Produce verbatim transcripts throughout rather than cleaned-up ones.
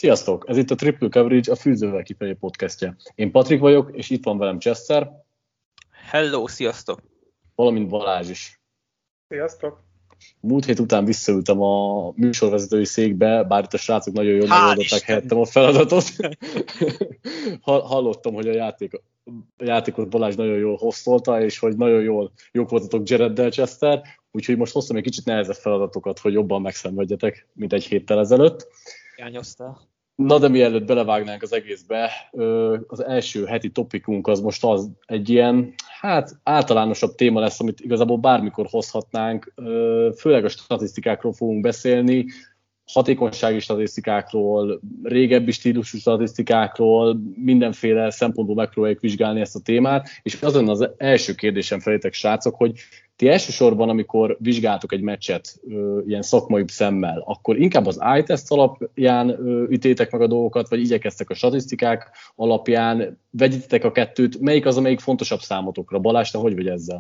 Sziasztok! Ez itt a Triple Coverage, a Fűzővel kifelé podcastje. Én Patrik vagyok, és itt van velem Chester. Hello, sziasztok! Valamint Balázs is. Sziasztok! Múlt hét után visszaültem a műsorvezetői székbe, bár itt a srácok nagyon jól megoldották helyettem a feladatot. Hallottam, hogy a, játék, a játékot Balázs nagyon jól hoztolta, és hogy nagyon jól jók voltatok Jareddel, Chester, úgyhogy most hoztam egy kicsit nehezebb feladatokat, hogy jobban megszenvedjetek, mint egy héttel ezelőtt. Jányoztál. Na, de mielőtt belevágnánk az egészbe, az első heti topikunk az most az egy ilyen, hát általánosabb téma lesz, amit igazából bármikor hozhatnánk, főleg a statisztikákról fogunk beszélni, hatékonysági statisztikákról, régebbi stílusú statisztikákról, mindenféle szempontból megpróbáljuk vizsgálni ezt a témát, és az lenne az első kérdésem felétek, srácok, hogy ti elsősorban, amikor vizsgáltok egy meccset ö, ilyen szakmai szemmel, akkor inkább az eye test alapján ö, ütétek meg a dolgokat, vagy igyekeztek a statisztikák alapján, vegyítitek a kettőt, melyik az, amelyik fontosabb számotokra? Balázs, te hogy vagy ezzel?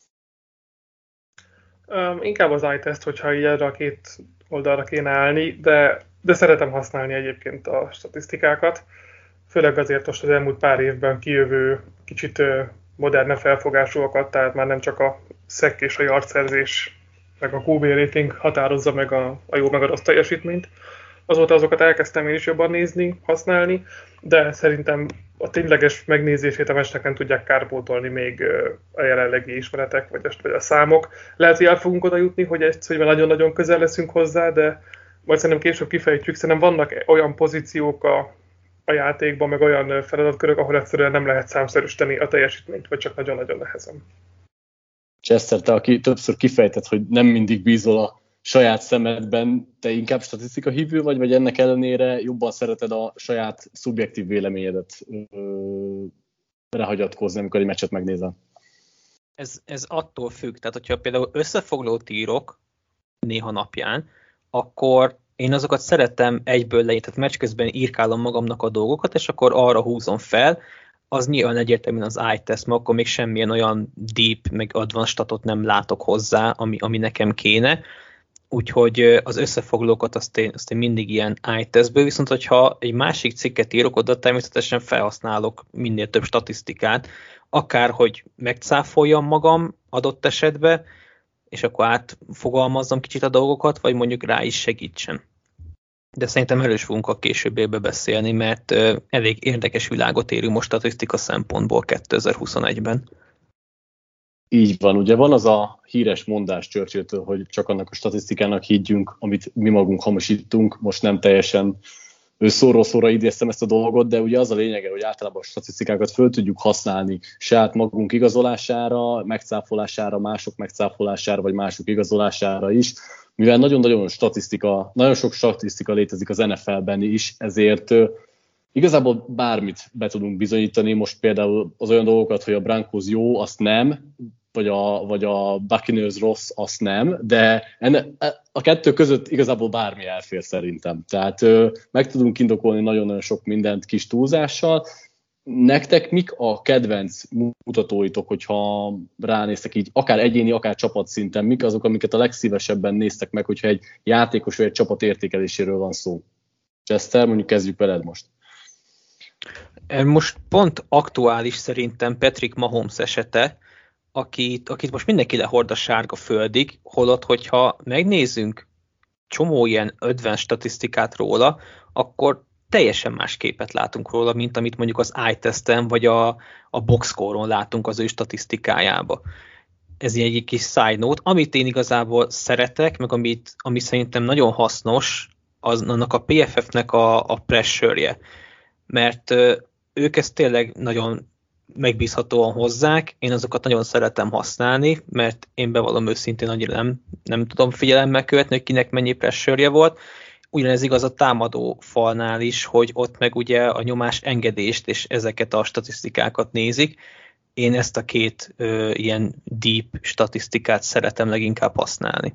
Um, inkább az eye test, hogyha így erre a két oldalra kéne állni, de, de szeretem használni egyébként a statisztikákat, főleg azért most az elmúlt pár évben kijövő kicsit ö, moderne felfogásúakat, tehát már nem csak a szek és a yardszerzés, meg a kú bé rating határozza meg a, a jó meg a rossz teljesítményt. Azóta azokat elkezdtem én is jobban nézni, használni, de szerintem a tényleges megnézését a meccsnek nem tudják kárpótolni még a jelenlegi ismeretek, vagy a, vagy a számok. Lehet, hogy el fogunk oda jutni, hogy egyszerűen nagyon-nagyon közel leszünk hozzá, de majd szerintem később kifejtjük, szerintem vannak olyan pozíciók a, a játékban, meg olyan feladatkörök, ahol egyszerűen nem lehet számszerűsíteni a teljesítményt, vagy csak nagyon-nagyon nehezen. Chester, te, aki többször kifejtett, hogy nem mindig bízol a saját szemedben, te inkább statisztika hívő vagy, vagy ennek ellenére jobban szereted a saját szubjektív véleményedet ö, rehagyatkozni, amikor egy meccset megnézel? Ez, ez attól függ, tehát hogyha például összefoglalót írok néha napján, akkor én azokat szeretem egyből leírni, tehát meccs közben írkálom magamnak a dolgokat, és akkor arra húzom fel, az nyilván egyértelműen az eye test, mert akkor még semmilyen olyan deep, meg advanced statot nem látok hozzá, ami, ami nekem kéne. Úgyhogy az összefoglalókat azt én, azt én mindig ilyen eye testből, viszont hogyha egy másik cikket írok, oda természetesen felhasználok minél több statisztikát, akár hogy megcáfoljam magam adott esetben, és akkor átfogalmazzam kicsit a dolgokat, vagy mondjuk rá is segítsen. De szerintem erről is fogunk a későbbiekben beszélni, mert elég érdekes világot érünk most statisztika szempontból kétezer-huszonegyben. Így van, ugye van az a híres mondás Churchilltől, hogy csak annak a statisztikának higgyünk, amit mi magunk hamisítunk, most nem teljesen szóról szóra idéztem ezt a dolgot, de ugye az a lényege, hogy általában a statisztikákat föl tudjuk használni saját magunk igazolására, megcáfolására, mások megcáfolására, vagy mások igazolására is, mivel nagyon-nagyon statisztika, nagyon sok statisztika létezik az en ef el-ben is, ezért igazából bármit be tudunk bizonyítani, most például az olyan dolgokat, hogy a Broncos jó, azt nem, vagy a, vagy a Buccaneers rossz, azt nem, de enne, a kettő között igazából bármi elfér szerintem. Tehát ö, meg tudunk indokolni nagyon-nagyon sok mindent kis túlzással. Nektek mik a kedvenc mutatóitok, hogyha ránéztek így, akár egyéni, akár csapatszinten, mik azok, amiket a legszívesebben néztek meg, hogyha egy játékos vagy egy csapat értékeléséről van szó? Chester, mondjuk kezdjük veled most. Most pont aktuális szerintem Patrick Mahomes esete, akit, akit most mindenki lehord a sárga földig, holott, hogyha megnézzünk csomó ilyen advanced statisztikát róla, akkor teljesen más képet látunk róla, mint amit mondjuk az eye testen vagy a, a boxscore-on látunk az ő statisztikájába. Ez egy kis side note. Amit én igazából szeretek, meg amit, ami szerintem nagyon hasznos, az annak a pé ef ef-nek a, a pressure-je. Mert ők ezt tényleg nagyon megbízhatóan hozzák, én azokat nagyon szeretem használni, mert én bevallom őszintén annyira nem, nem tudom figyelemmel követni, hogy kinek mennyi pressure-je volt. Ugyanez igaz a támadó falnál is, hogy ott meg ugye a nyomás engedést és ezeket a statisztikákat nézik. Én ezt a két ö, ilyen deep statisztikát szeretem leginkább használni.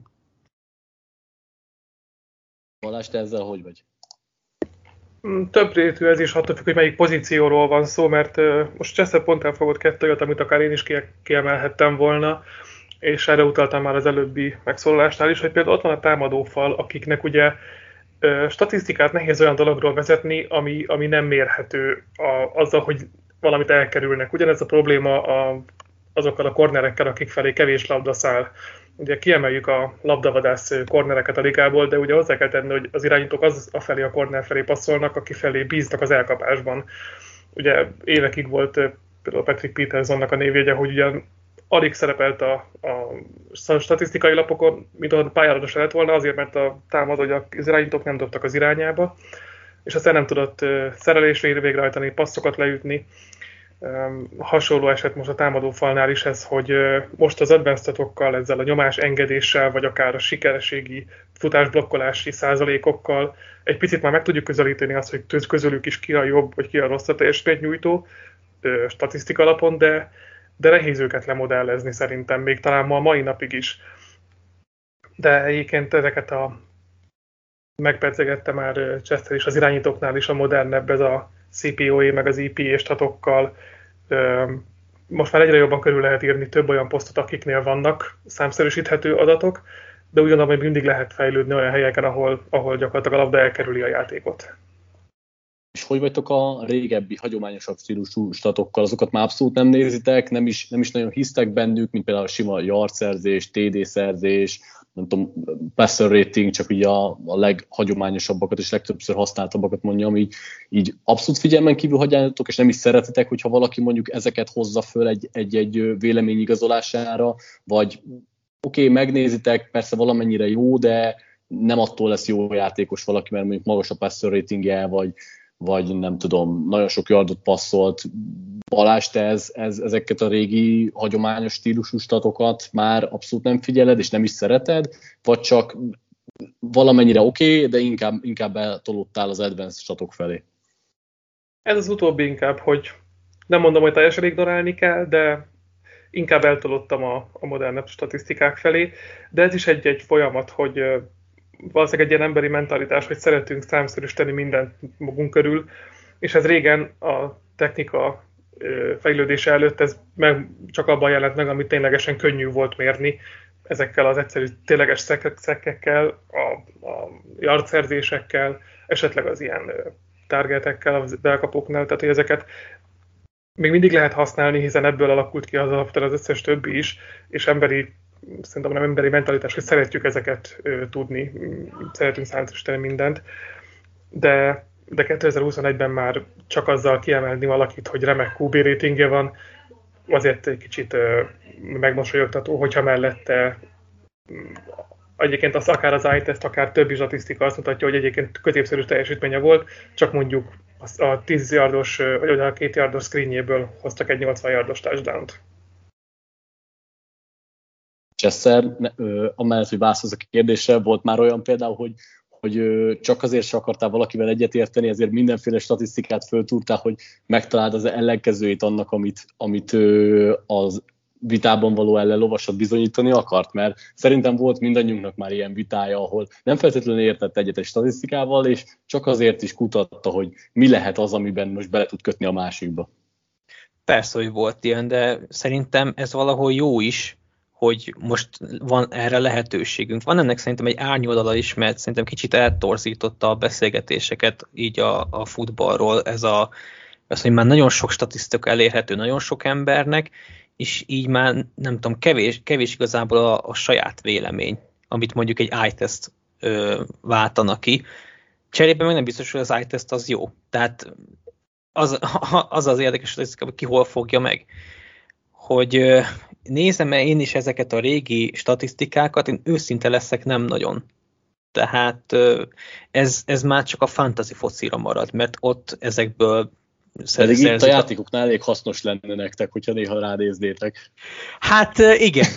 Balázs, te ezzel hogy vagy? Több rétű ez is, attól függ, hogy melyik pozícióról van szó, mert uh, most Chester pont elfogott kettő olyat, amit akár én is kiemelhettem volna, és erre utaltam már az előbbi megszólalásnál is, hogy például ott van a támadófal, akiknek ugye statisztikát nehéz olyan dologról vezetni, ami, ami nem mérhető a, azzal, hogy valamit elkerülnek. Ugyanez a probléma a, azokkal a kornerekkel, akik felé kevés labda száll. Ugye kiemeljük a labdavadász kornereket a ligából, de ugye hozzá kell tenni, hogy az irányítók az a felé a korner felé passzolnak, aki felé bíznak az elkapásban. Ugye évekig volt például Patrick Petersonnak a névjegye, hogy ugyan alig szerepelt a, a statisztikai lapokon, mint a pályára se lett volna, azért, mert a támadó, hogy az irányítók nem dobtak az irányába, és aztán nem tudott szerelésre végrehajtani, passzokat leütni. Hasonló eset most a támadófalnál is ez, hogy most az advanced-okkal, ezzel a nyomás engedéssel, vagy akár a sikerességi futásblokkolási százalékokkal egy picit már meg tudjuk közelíteni azt, hogy közülük is ki a jobb, vagy ki a rosszabb teljesítményt nyújtó statisztika alapon, de, de nehéz őket lemodellezni szerintem, még talán ma a mai napig is. De egyébként ezeket a megpercegette már Chester is az irányítóknál is a modernebb, ez a cé pé o é meg az i pé é statokkal. Most már egyre jobban körül lehet írni több olyan posztot, akiknél vannak számszerűsíthető adatok, de ugyanabban még mindig lehet fejlődni olyan helyeken, ahol, ahol gyakorlatilag a labda elkerüli a játékot. És hogy vagytok a régebbi, hagyományosabb stílusú statokkal? Azokat már abszolút nem nézitek, nem is, nem is nagyon hisztek bennük, mint például a sima yardszerzés, té dé szerzés, nem tudom, passer rating, csak így a, a leghagyományosabbakat és legtöbbször használtabbakat mondjam, így, így abszolút figyelmen kívül hagyjátok, és nem is szeretitek, hogyha valaki mondjuk ezeket hozza föl egy, egy, egy vélemény igazolására, vagy oké, okay, megnézitek, persze valamennyire jó, de nem attól lesz jó játékos valaki, mert mondjuk magas a passer ratingje, vagy, vagy nem tudom, nagyon sok yardot passzolt. Balázs, te ez, ez, ezeket a régi, hagyományos stílusú statokat már abszolút nem figyeled, és nem is szereted, vagy csak valamennyire oké, okay, de inkább, inkább eltolódtál az advanced statok felé? Ez az utóbbi inkább, hogy nem mondom, hogy teljesen ignorálni kell, de inkább eltolódtam a, a modernebb statisztikák felé, de ez is egy-egy folyamat, hogy valószínűleg egy ilyen emberi mentalitás, hogy szeretünk számszerűsíteni mindent magunk körül, és ez régen a technika fejlődése előtt ez meg csak abban jelent meg, amit ténylegesen könnyű volt mérni, ezekkel az egyszerű tényleges szekkekkel, a, a yardszerzésekkel, esetleg az ilyen targetekkel a belkapóknál, tehát hogy ezeket még mindig lehet használni, hiszen ebből alakult ki az alapvetően az összes többi is, és emberi, szerintem nem emberi mentalitás, hogy szeretjük ezeket ö, tudni, szeretünk számszerűsíteni mindent, de de kétezer-huszonegyben már csak azzal kiemelni valakit, hogy remek kú bé ratingje van, azért egy kicsit ö, megmosolyogtató, hogyha mellette egyébként az akár az i-test, akár többi statisztika azt mutatja, hogy egyébként középszerű teljesítménye volt, csak mondjuk a tíz yardos, vagy a két yardos screenjéből hoztak egy nyolcvan yardos touchdownt. Chester, amellett, hogy válaszolsz a kérdésre, volt már olyan például, hogy hogy csak azért se akartál valakivel egyetérteni, ezért mindenféle statisztikát föltúrtál, hogy megtaláld az ellenkezőjét annak, amit, amit az vitában való ellenlovasat bizonyítani akart, mert szerintem volt mindannyiunknak már ilyen vitája, ahol nem feltétlenül értett egyet egy statisztikával, és csak azért is kutatta, hogy mi lehet az, amiben most bele tud kötni a másikba. Persze, hogy volt ilyen, de szerintem ez valahol jó is, hogy most van erre lehetőségünk. Van ennek szerintem egy árnyoldala is, mert szerintem kicsit eltorzította a beszélgetéseket így a, a futballról, ez a, ez, hogy már nagyon sok statisztika elérhető nagyon sok embernek, és így már nem tudom, kevés, kevés igazából a, a saját vélemény, amit mondjuk egy i-test ö, váltana ki. Cserébe meg nem biztos, hogy az i-test az jó. Tehát az az, az érdekes statisztika, hogy ki hol fogja meg. Hogy nézem én is ezeket a régi statisztikákat, én őszinte leszek, nem nagyon. Tehát ez, ez már csak a fantasy focira marad, mert ott ezekből Pedig itt a játékoknál elég hasznos lenne nektek, hogyha néha ránéznétek. Hát igen.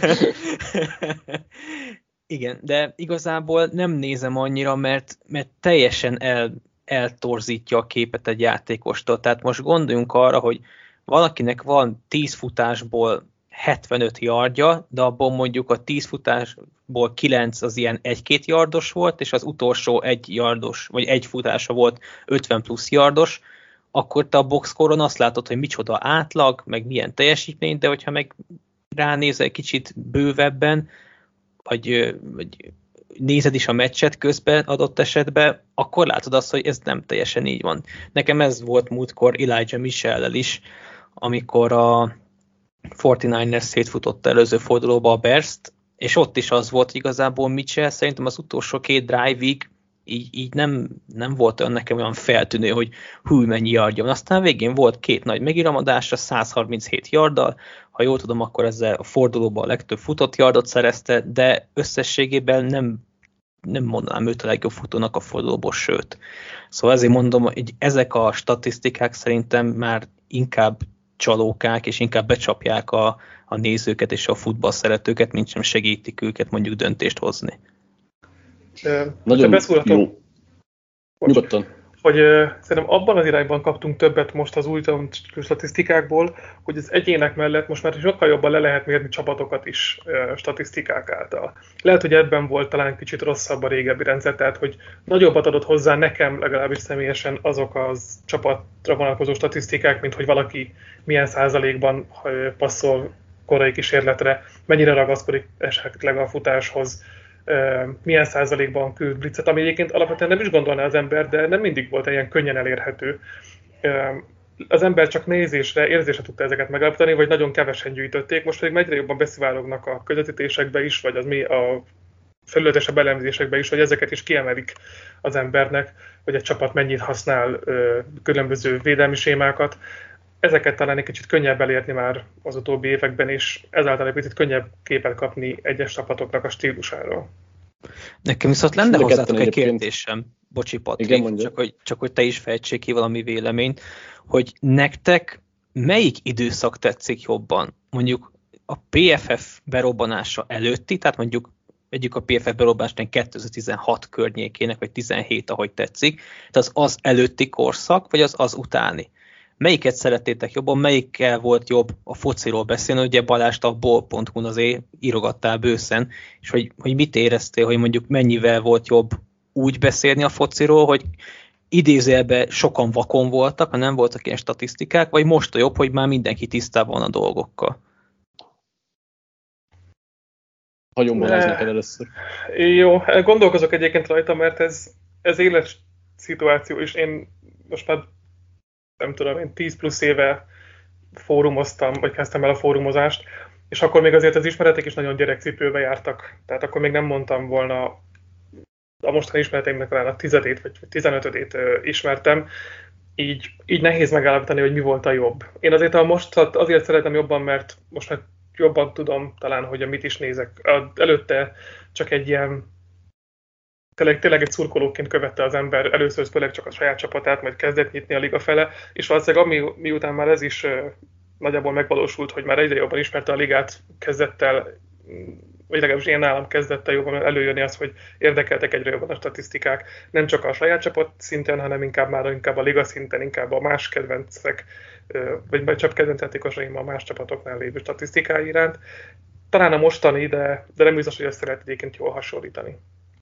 Igen, de igazából nem nézem annyira, mert, mert teljesen el, eltorzítja a képet egy játékostól. Tehát most gondoljunk arra, hogy valakinek van tíz futásból hetvenöt yardja, de abból mondjuk a tíz futásból kilenc az ilyen egy-két yardos volt, és az utolsó egy yardos, vagy egy futása volt ötven plusz yardos, akkor te a boxscoron azt látod, hogy micsoda átlag, meg milyen teljesítmény, de hogyha meg ránézel egy kicsit bővebben, vagy, vagy nézed is a meccset közben adott esetben, akkor látod azt, hogy ez nem teljesen így van. Nekem ez volt múltkor Elijah Mitchell-lel is, amikor a negyvenkilencesek szétfutott előző fordulóba a Bears-t, és ott is az volt igazából Mitchell, szerintem az utolsó két drive-ig így, így nem, nem volt olyan nekem olyan feltűnő, hogy hű, mennyi yardja van. Aztán végén volt két nagy megiramadásra, száz harminchét yarddal, ha jól tudom, akkor ezzel a fordulóban a legtöbb futott yardot szerezte, de összességében nem, nem mondanám őt a legjobb futónak a fordulóból, sőt. Szóval ezért mondom, hogy ezek a statisztikák szerintem már inkább csalókák, és inkább becsapják a, a nézőket és a futball szeretőket, mint sem segítik őket mondjuk döntést hozni. Nagyon jó. Nyugodtan. Hogy uh, szerintem abban az irányban kaptunk többet most az új statisztikákból, hogy az egyének mellett most már sokkal jobban le lehet mérni csapatokat is uh, statisztikák által. Lehet, hogy ebben volt talán kicsit rosszabb a régebbi rendszer, tehát hogy nagyobbat adott hozzá nekem legalábbis személyesen azok az csapatra vonatkozó statisztikák, mint hogy valaki milyen százalékban uh, passzol korai kísérletre, mennyire ragaszkodik esetleg a futáshoz, milyen százalékban küld blitzet, ami egyébként alapvetően nem is gondolná az ember, de nem mindig volt ilyen könnyen elérhető. Az ember csak nézésre, érzésre tudta ezeket megállapítani, vagy nagyon kevesen gyűjtötték, most pedig egyre jobban beszivárognak a közvetítésekbe is, vagy az mi a felületesebb elemzésekbe is, hogy ezeket is kiemelik az embernek, hogy egy csapat mennyit használ különböző védelmi sémákat. Ezeket talán egy kicsit könnyebb elérni már az utóbbi években, és ezáltal egy picit könnyebb képet kapni egyes csapatoknak a stílusáról. Nekem viszont lenne hozzátok egy kérdésem, bocsi Patrik, igen, csak, hogy, csak hogy te is fejtsék ki valami véleményt, hogy nektek melyik időszak tetszik jobban? Mondjuk a pé ef ef berobbanása előtti, tehát mondjuk egyik a pé ef ef berobbanásnak kétezer-tizenhat környékének, vagy tizenhét, ahogy tetszik, tehát az az előtti korszak, vagy az az utáni? Melyiket szerettétek jobban, melyikkel volt jobb a fociról beszélni? Ugye Balást a ball pont hu-n azért írogattál bőszen, és hogy, hogy mit éreztél, hogy mondjuk mennyivel volt jobb úgy beszélni a fociról, hogy idézőjelben sokan vakon voltak, ha nem voltak ilyen statisztikák, vagy most a jobb, hogy már mindenki tisztában van a dolgokkal? Hagyom Balázs neked először. Jó, gondolkozok egyébként rajta, mert ez, ez éles szituáció, és én most már nem tudom, én tíz plusz éve fórumoztam, vagy kezdtem el a fórumozást, és akkor még azért az ismeretek is nagyon gyerekcipőbe jártak. Tehát akkor még nem mondtam volna, a mostani ismereteimnek talán a tizedét vagy tizenötödét ismertem, így, így nehéz megállapítani, hogy mi volt a jobb. Én azért a most azért szeretem jobban, mert most már jobban tudom talán, hogy mit is nézek. Előtte csak egy ilyen Tényleg, tényleg egy szurkolóként követte az ember először főleg csak a saját csapatát, majd kezdett nyitni a liga fele, és valószínűleg ami, miután már ez is uh, nagyjából megvalósult, hogy már egyre jobban ismerte a ligát, kezdett el, vagy legalábbis én nálam kezdett el jobban előjönni az, hogy érdekeltek egyre jobban a statisztikák, nem csak a saját csapat szinten, hanem inkább már inkább a liga szinten, inkább a más kedvencek, uh, vagy csak kedvenc játékosaim a más csapatoknál lévő statisztikái iránt. Talán a mostani, de, de nem biztos, hogy ezt lehet egyébként jól hasonlítani.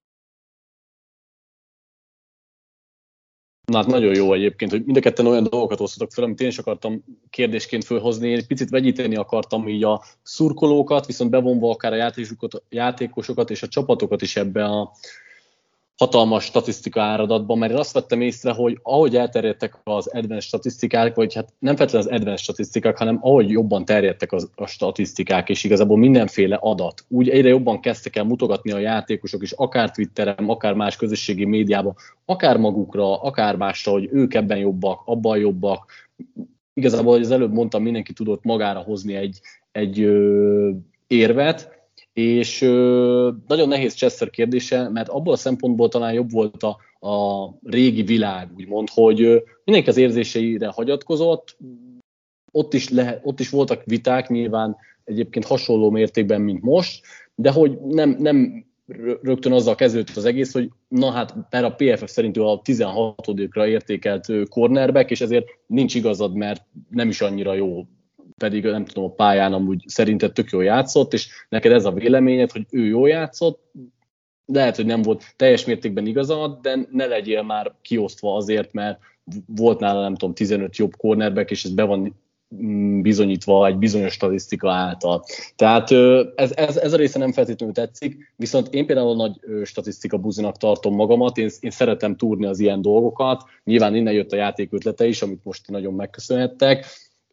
Na hát nagyon jó egyébként, hogy mind a ketten olyan dolgokat hoztatok fel, amit én is akartam kérdésként fölhozni. Én egy picit vegyíteni akartam így a szurkolókat, viszont bevonva akár a játékosokat, játékosokat és a csapatokat is ebbe a hatalmas statisztika áradatban, mert én azt vettem észre, hogy ahogy elterjedtek az advanced statisztikák, vagy hát nem feltétlenül az advanced statisztikák, hanem ahogy jobban terjedtek az, a statisztikák, és igazából mindenféle adat, úgy egyre jobban kezdtek el mutogatni a játékosok is, akár Twitteren, akár más közösségi médiában, akár magukra, akár másra, hogy ők ebben jobbak, abban jobbak. Igazából, hogy az előbb mondtam, mindenki tudott magára hozni egy, egy ö, érvet, és ö, nagyon nehéz Chester kérdése, mert abból a szempontból talán jobb volt a, a régi világ, úgymond, hogy ö, mindenki az érzéseire hagyatkozott, ott is, lehet, ott is voltak viták nyilván egyébként hasonló mértékben, mint most, de hogy nem, nem rögtön azzal kezdődött az egész, hogy na hát, mert a pé ef ef szerint ő a tizenhatodikra értékelt cornerback, és ezért nincs igazad, mert nem is annyira jó, pedig nem tudom, a pályán amúgy szerinted tök jól játszott, és neked ez a véleményed, hogy ő jól játszott, lehet, hogy nem volt teljes mértékben igazad, de ne legyél már kiosztva azért, mert volt nála, nem tudom, tizenöt jobb cornerback, és ez be van bizonyítva egy bizonyos statisztika által. Tehát ez, ez, ez a része nem feltétlenül tetszik, viszont én például nagy statisztika buzinak tartom magamat, én, én szeretem túrni az ilyen dolgokat, nyilván innen jött a játék ötlete is, amit most nagyon megköszönhettek.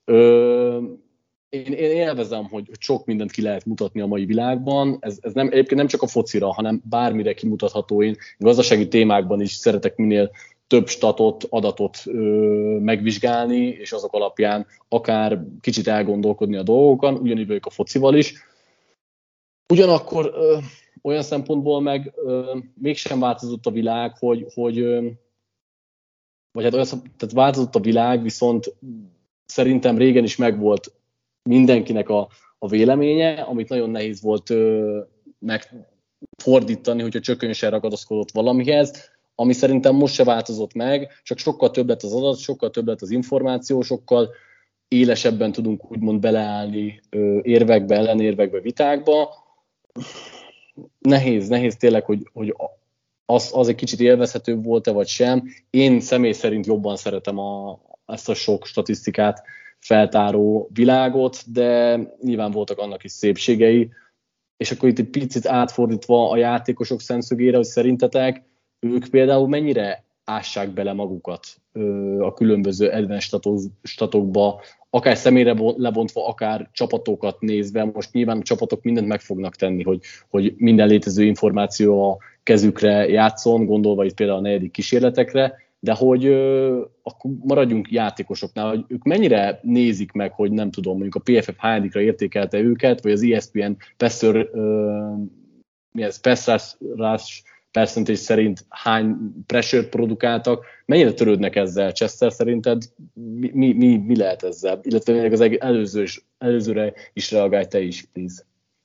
Én, én élvezem, hogy sok mindent ki lehet mutatni a mai világban. Ez, ez nem, egyébként nem csak a focira, hanem bármire kimutatható. Én gazdasági témákban is szeretek minél több statot, adatot ö, megvizsgálni, és azok alapján akár kicsit elgondolkodni a dolgokon, ugyanígy vagyok a focival is. Ugyanakkor ö, olyan szempontból meg ö, mégsem változott a világ, hogy, hogy ö, vagy hát olyan, tehát változott a világ, viszont szerintem régen is megvolt mindenkinek a, a véleménye, amit nagyon nehéz volt ö, megfordítani, hogyha csökkönösen ragaszkodott valamihez, ami szerintem most se változott meg, csak sokkal több lett az adat, sokkal több lett az információ, sokkal élesebben tudunk úgymond beleállni ö, érvekbe, ellenérvekbe, vitákba. Nehéz, nehéz tényleg, hogy, hogy az, az egy kicsit élvezhetőbb volt-e vagy sem. Én személy szerint jobban szeretem a, ezt a sok statisztikát feltáró világot, de nyilván voltak annak is szépségei. És akkor itt egy picit átfordítva a játékosok szemszögére, hogy szerintetek ők például mennyire ássák bele magukat ö, a különböző advanced statokba, akár személyre lebontva, akár csapatokat nézve. Most nyilván a csapatok mindent meg fognak tenni, hogy, hogy minden létező információ a kezükre játszon, gondolva itt például a negyedik kísérletekre, de hogy ö, akkor maradjunk játékosoknál, hogy ők mennyire nézik meg, hogy nem tudom, mondjuk a pé ef ef hányadikra értékelte őket, vagy az i es pé en Passer, ö, mi ez, Pass Rush percentage szerint hány pressure-t produkáltak, mennyire törődnek ezzel? Chester, szerinted mi, mi, mi, mi lehet ezzel? Illetve még az előző, előzőre is reagálj te is, please.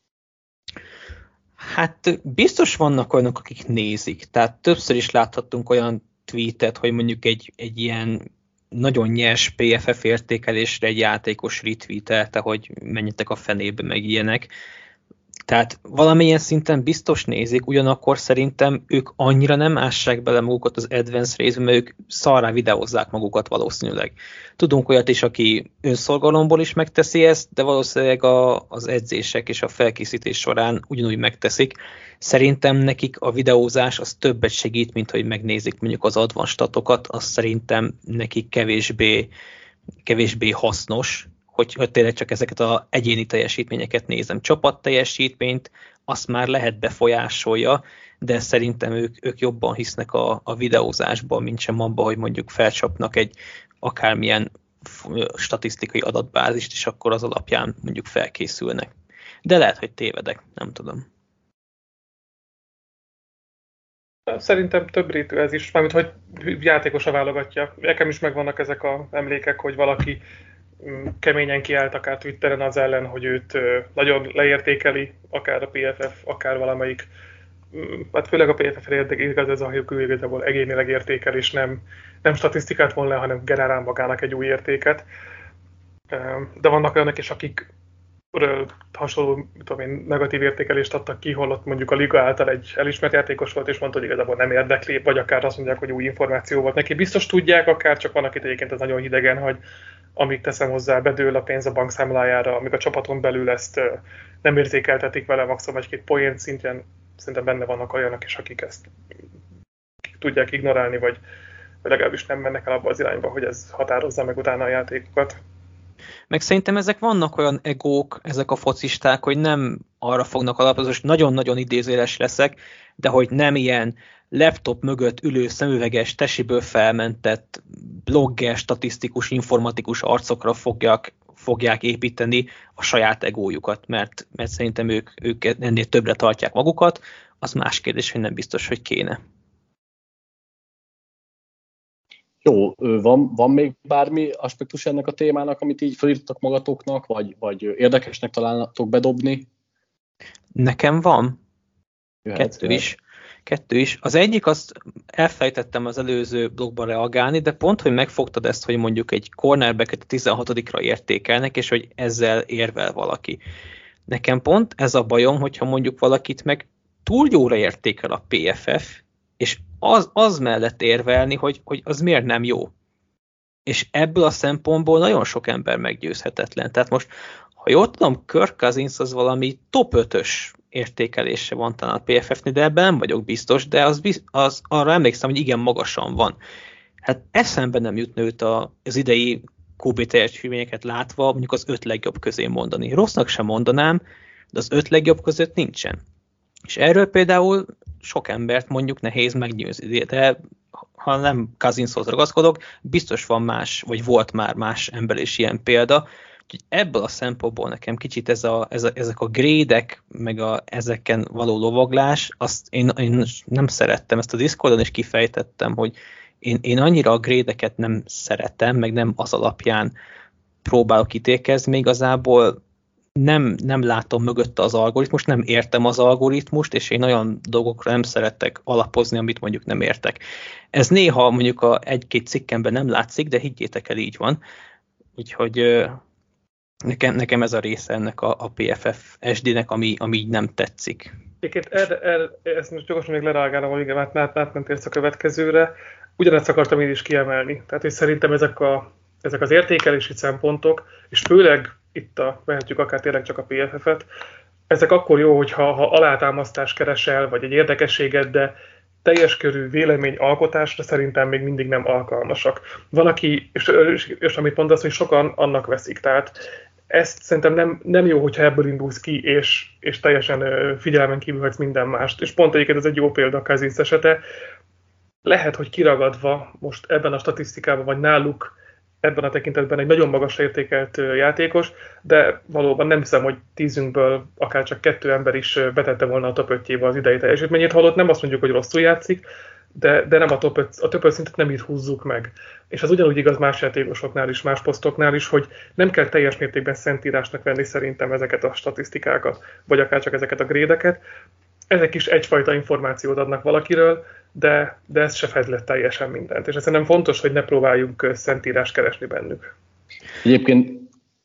Hát biztos vannak olyanok, akik nézik. Tehát többször is láthattunk olyan tweetet, hogy mondjuk egy, egy ilyen nagyon nyers pé ef ef értékelésre egy játékos retweetelte, hogy menjetek a fenébe, meg ilyenek. Tehát valamilyen szinten biztos nézik, ugyanakkor szerintem ők annyira nem ássák bele magukat az advanced részbe, mert ők szarrá videózzák magukat valószínűleg. Tudunk olyat is, aki önszorgalomból is megteszi ezt, de valószínűleg a, az edzések és a felkészítés során ugyanúgy megteszik. Szerintem nekik a videózás az többet segít, mint hogy megnézik mondjuk az advanced statokat, az szerintem nekik kevésbé, kevésbé hasznos, hogy, hogy tényleg csak ezeket az egyéni teljesítményeket nézem. Csapat teljesítményt, azt már lehet befolyásolja, de szerintem ők, ők jobban hisznek a, a videózásban, mint sem abban, hogy mondjuk felcsapnak egy akármilyen statisztikai adatbázist, és akkor az alapján mondjuk felkészülnek. De lehet, hogy tévedek, nem tudom. Szerintem több rétű ez is, mármint hogy játékosa válogatja. Nekem is megvannak ezek az emlékek, hogy valaki keményen kiállt akár Twitteren az ellen, hogy őt nagyon leértékeli, akár a pé ef ef, akár valamelyik, hát főleg a pé ef ef-re igaz ez a, hogy igazából egyénileg értékel, és nem, nem statisztikát von le, hanem generál magának egy új értéket. De vannak olyanok is, akik hasonló tudom én, negatív értékelést adtak ki, holott mondjuk a liga által egy elismert játékos volt, és mondta, hogy igazából nem érdekli, vagy akár azt mondják, hogy új információ volt neki. Biztos tudják, akár csak van, akit egyébként ez nagyon hidegen, hogy amíg teszem hozzá, bedől a pénz a bankszámlájára, amíg a csapaton belül ezt nem értékeltetik vele, maximum egy-két poént szintjén, szerintem benne vannak olyanok is, akik ezt tudják ignorálni, vagy legalábbis nem mennek el abba az irányba, hogy ez határozza meg utána a játékokat. Meg szerintem ezek vannak olyan egók, ezek a focisták, hogy nem arra fognak alapozni, hogy nagyon-nagyon idézéles leszek, de hogy nem ilyen laptop mögött ülő szemüveges, tesiből felmentett blogger, statisztikus, informatikus arcokra fogják, fogják építeni a saját egójukat, mert, mert szerintem ők, ők ennél többre tartják magukat, az más kérdés, hogy nem biztos, hogy kéne. Jó, van, van még bármi aspektus ennek a témának, amit így felírtatok magatoknak, vagy, vagy érdekesnek találnatok bedobni? Nekem van. Jöhet, Kettő jöhet. is. Kettő is. Az egyik, azt elfelejtettem az előző blogban reagálni, de pont, hogy megfogtad ezt, hogy mondjuk egy cornerbacket a tizenhatodikra értékelnek, és hogy ezzel érvel valaki. Nekem pont ez a bajom, hogyha mondjuk valakit meg túl jóra értékel a pé ef ef, és az, az mellett érvelni, hogy, hogy az miért nem jó. és ebből a szempontból nagyon sok ember meggyőzhetetlen. Tehát most, ha jól tudom, Kirk Cousins az valami top ötös értékelése van talán a pé ef ef-nél, de ebben nem vagyok biztos, de az, az, arra emlékszem, hogy igen magasan van. Hát eszembe nem jutna őt az idei kú bé teljesítményeket látva, mondjuk az öt legjobb közé mondani. Rossznak sem mondanám, de az öt legjobb között nincsen. És erről például sok embert mondjuk nehéz meggyőzni, de ha nem Cousinshoz ragaszkodok, biztos van más, vagy volt már más ember is ilyen példa. Úgyhogy ebből a szempontból nekem kicsit ez a, ez a, ezek a grédek, meg a, ezeken való lovaglás, azt én, én nem szerettem, ezt a Discordon is kifejtettem, hogy én, én annyira a grédeket nem szeretem, meg nem az alapján próbálok ítélkezni, még igazából nem, nem látom mögötte az algoritmust, nem értem az algoritmust, és én olyan dolgokra nem szeretek alapozni, amit mondjuk nem értek. Ez néha mondjuk a egy-két cikkemben nem látszik, de higgyétek el, így van. Úgyhogy nekem, nekem ez a része ennek a, a pé ef ef es dé-nek, ami, ami így nem tetszik. Egyébként erre, erre, ezt most gyorsan még lereagálom, hogy igen, át, átmentélsz a következőre. Ugyanezt akartam én is kiemelni. Tehát, hogy szerintem ezek, a, ezek az értékelési szempontok, és főleg itt a, vehetjük akár tényleg csak a pé ef ef-et, ezek akkor jó, hogyha ha alátámasztást keresel, vagy egy érdekességet, de teljes körű véleményalkotásra szerintem még mindig nem alkalmasak. Van, aki, és, és, és amit mondasz, hogy sokan annak veszik, tehát ezt szerintem nem, nem jó, hogyha ebből indulsz ki, és, és teljesen figyelmen kívül hagysz minden mást. És pont egyébként ez egy jó példa a Cousins esete. Lehet, hogy kiragadva most ebben a statisztikában, vagy náluk ebben a tekintetben egy nagyon magasra értékelt játékos, de valóban nem hiszem, hogy tízünkből akár csak kettő ember is betette volna a top ötjébe az idei teljesítményét, holott nem azt mondjuk, hogy rosszul játszik, de, de nem a top öt, a top öt szintet nem így húzzuk meg. És az ugyanúgy igaz más játékosoknál is, más posztoknál is, hogy nem kell teljes mértékben szentírásnak venni szerintem ezeket a statisztikákat, vagy akár csak ezeket a grédeket. Ezek is egyfajta információt adnak valakiről, de, de ez se fed le teljesen mindent. És szerintem fontos, hogy ne próbáljunk szentírást keresni bennük. Egyébként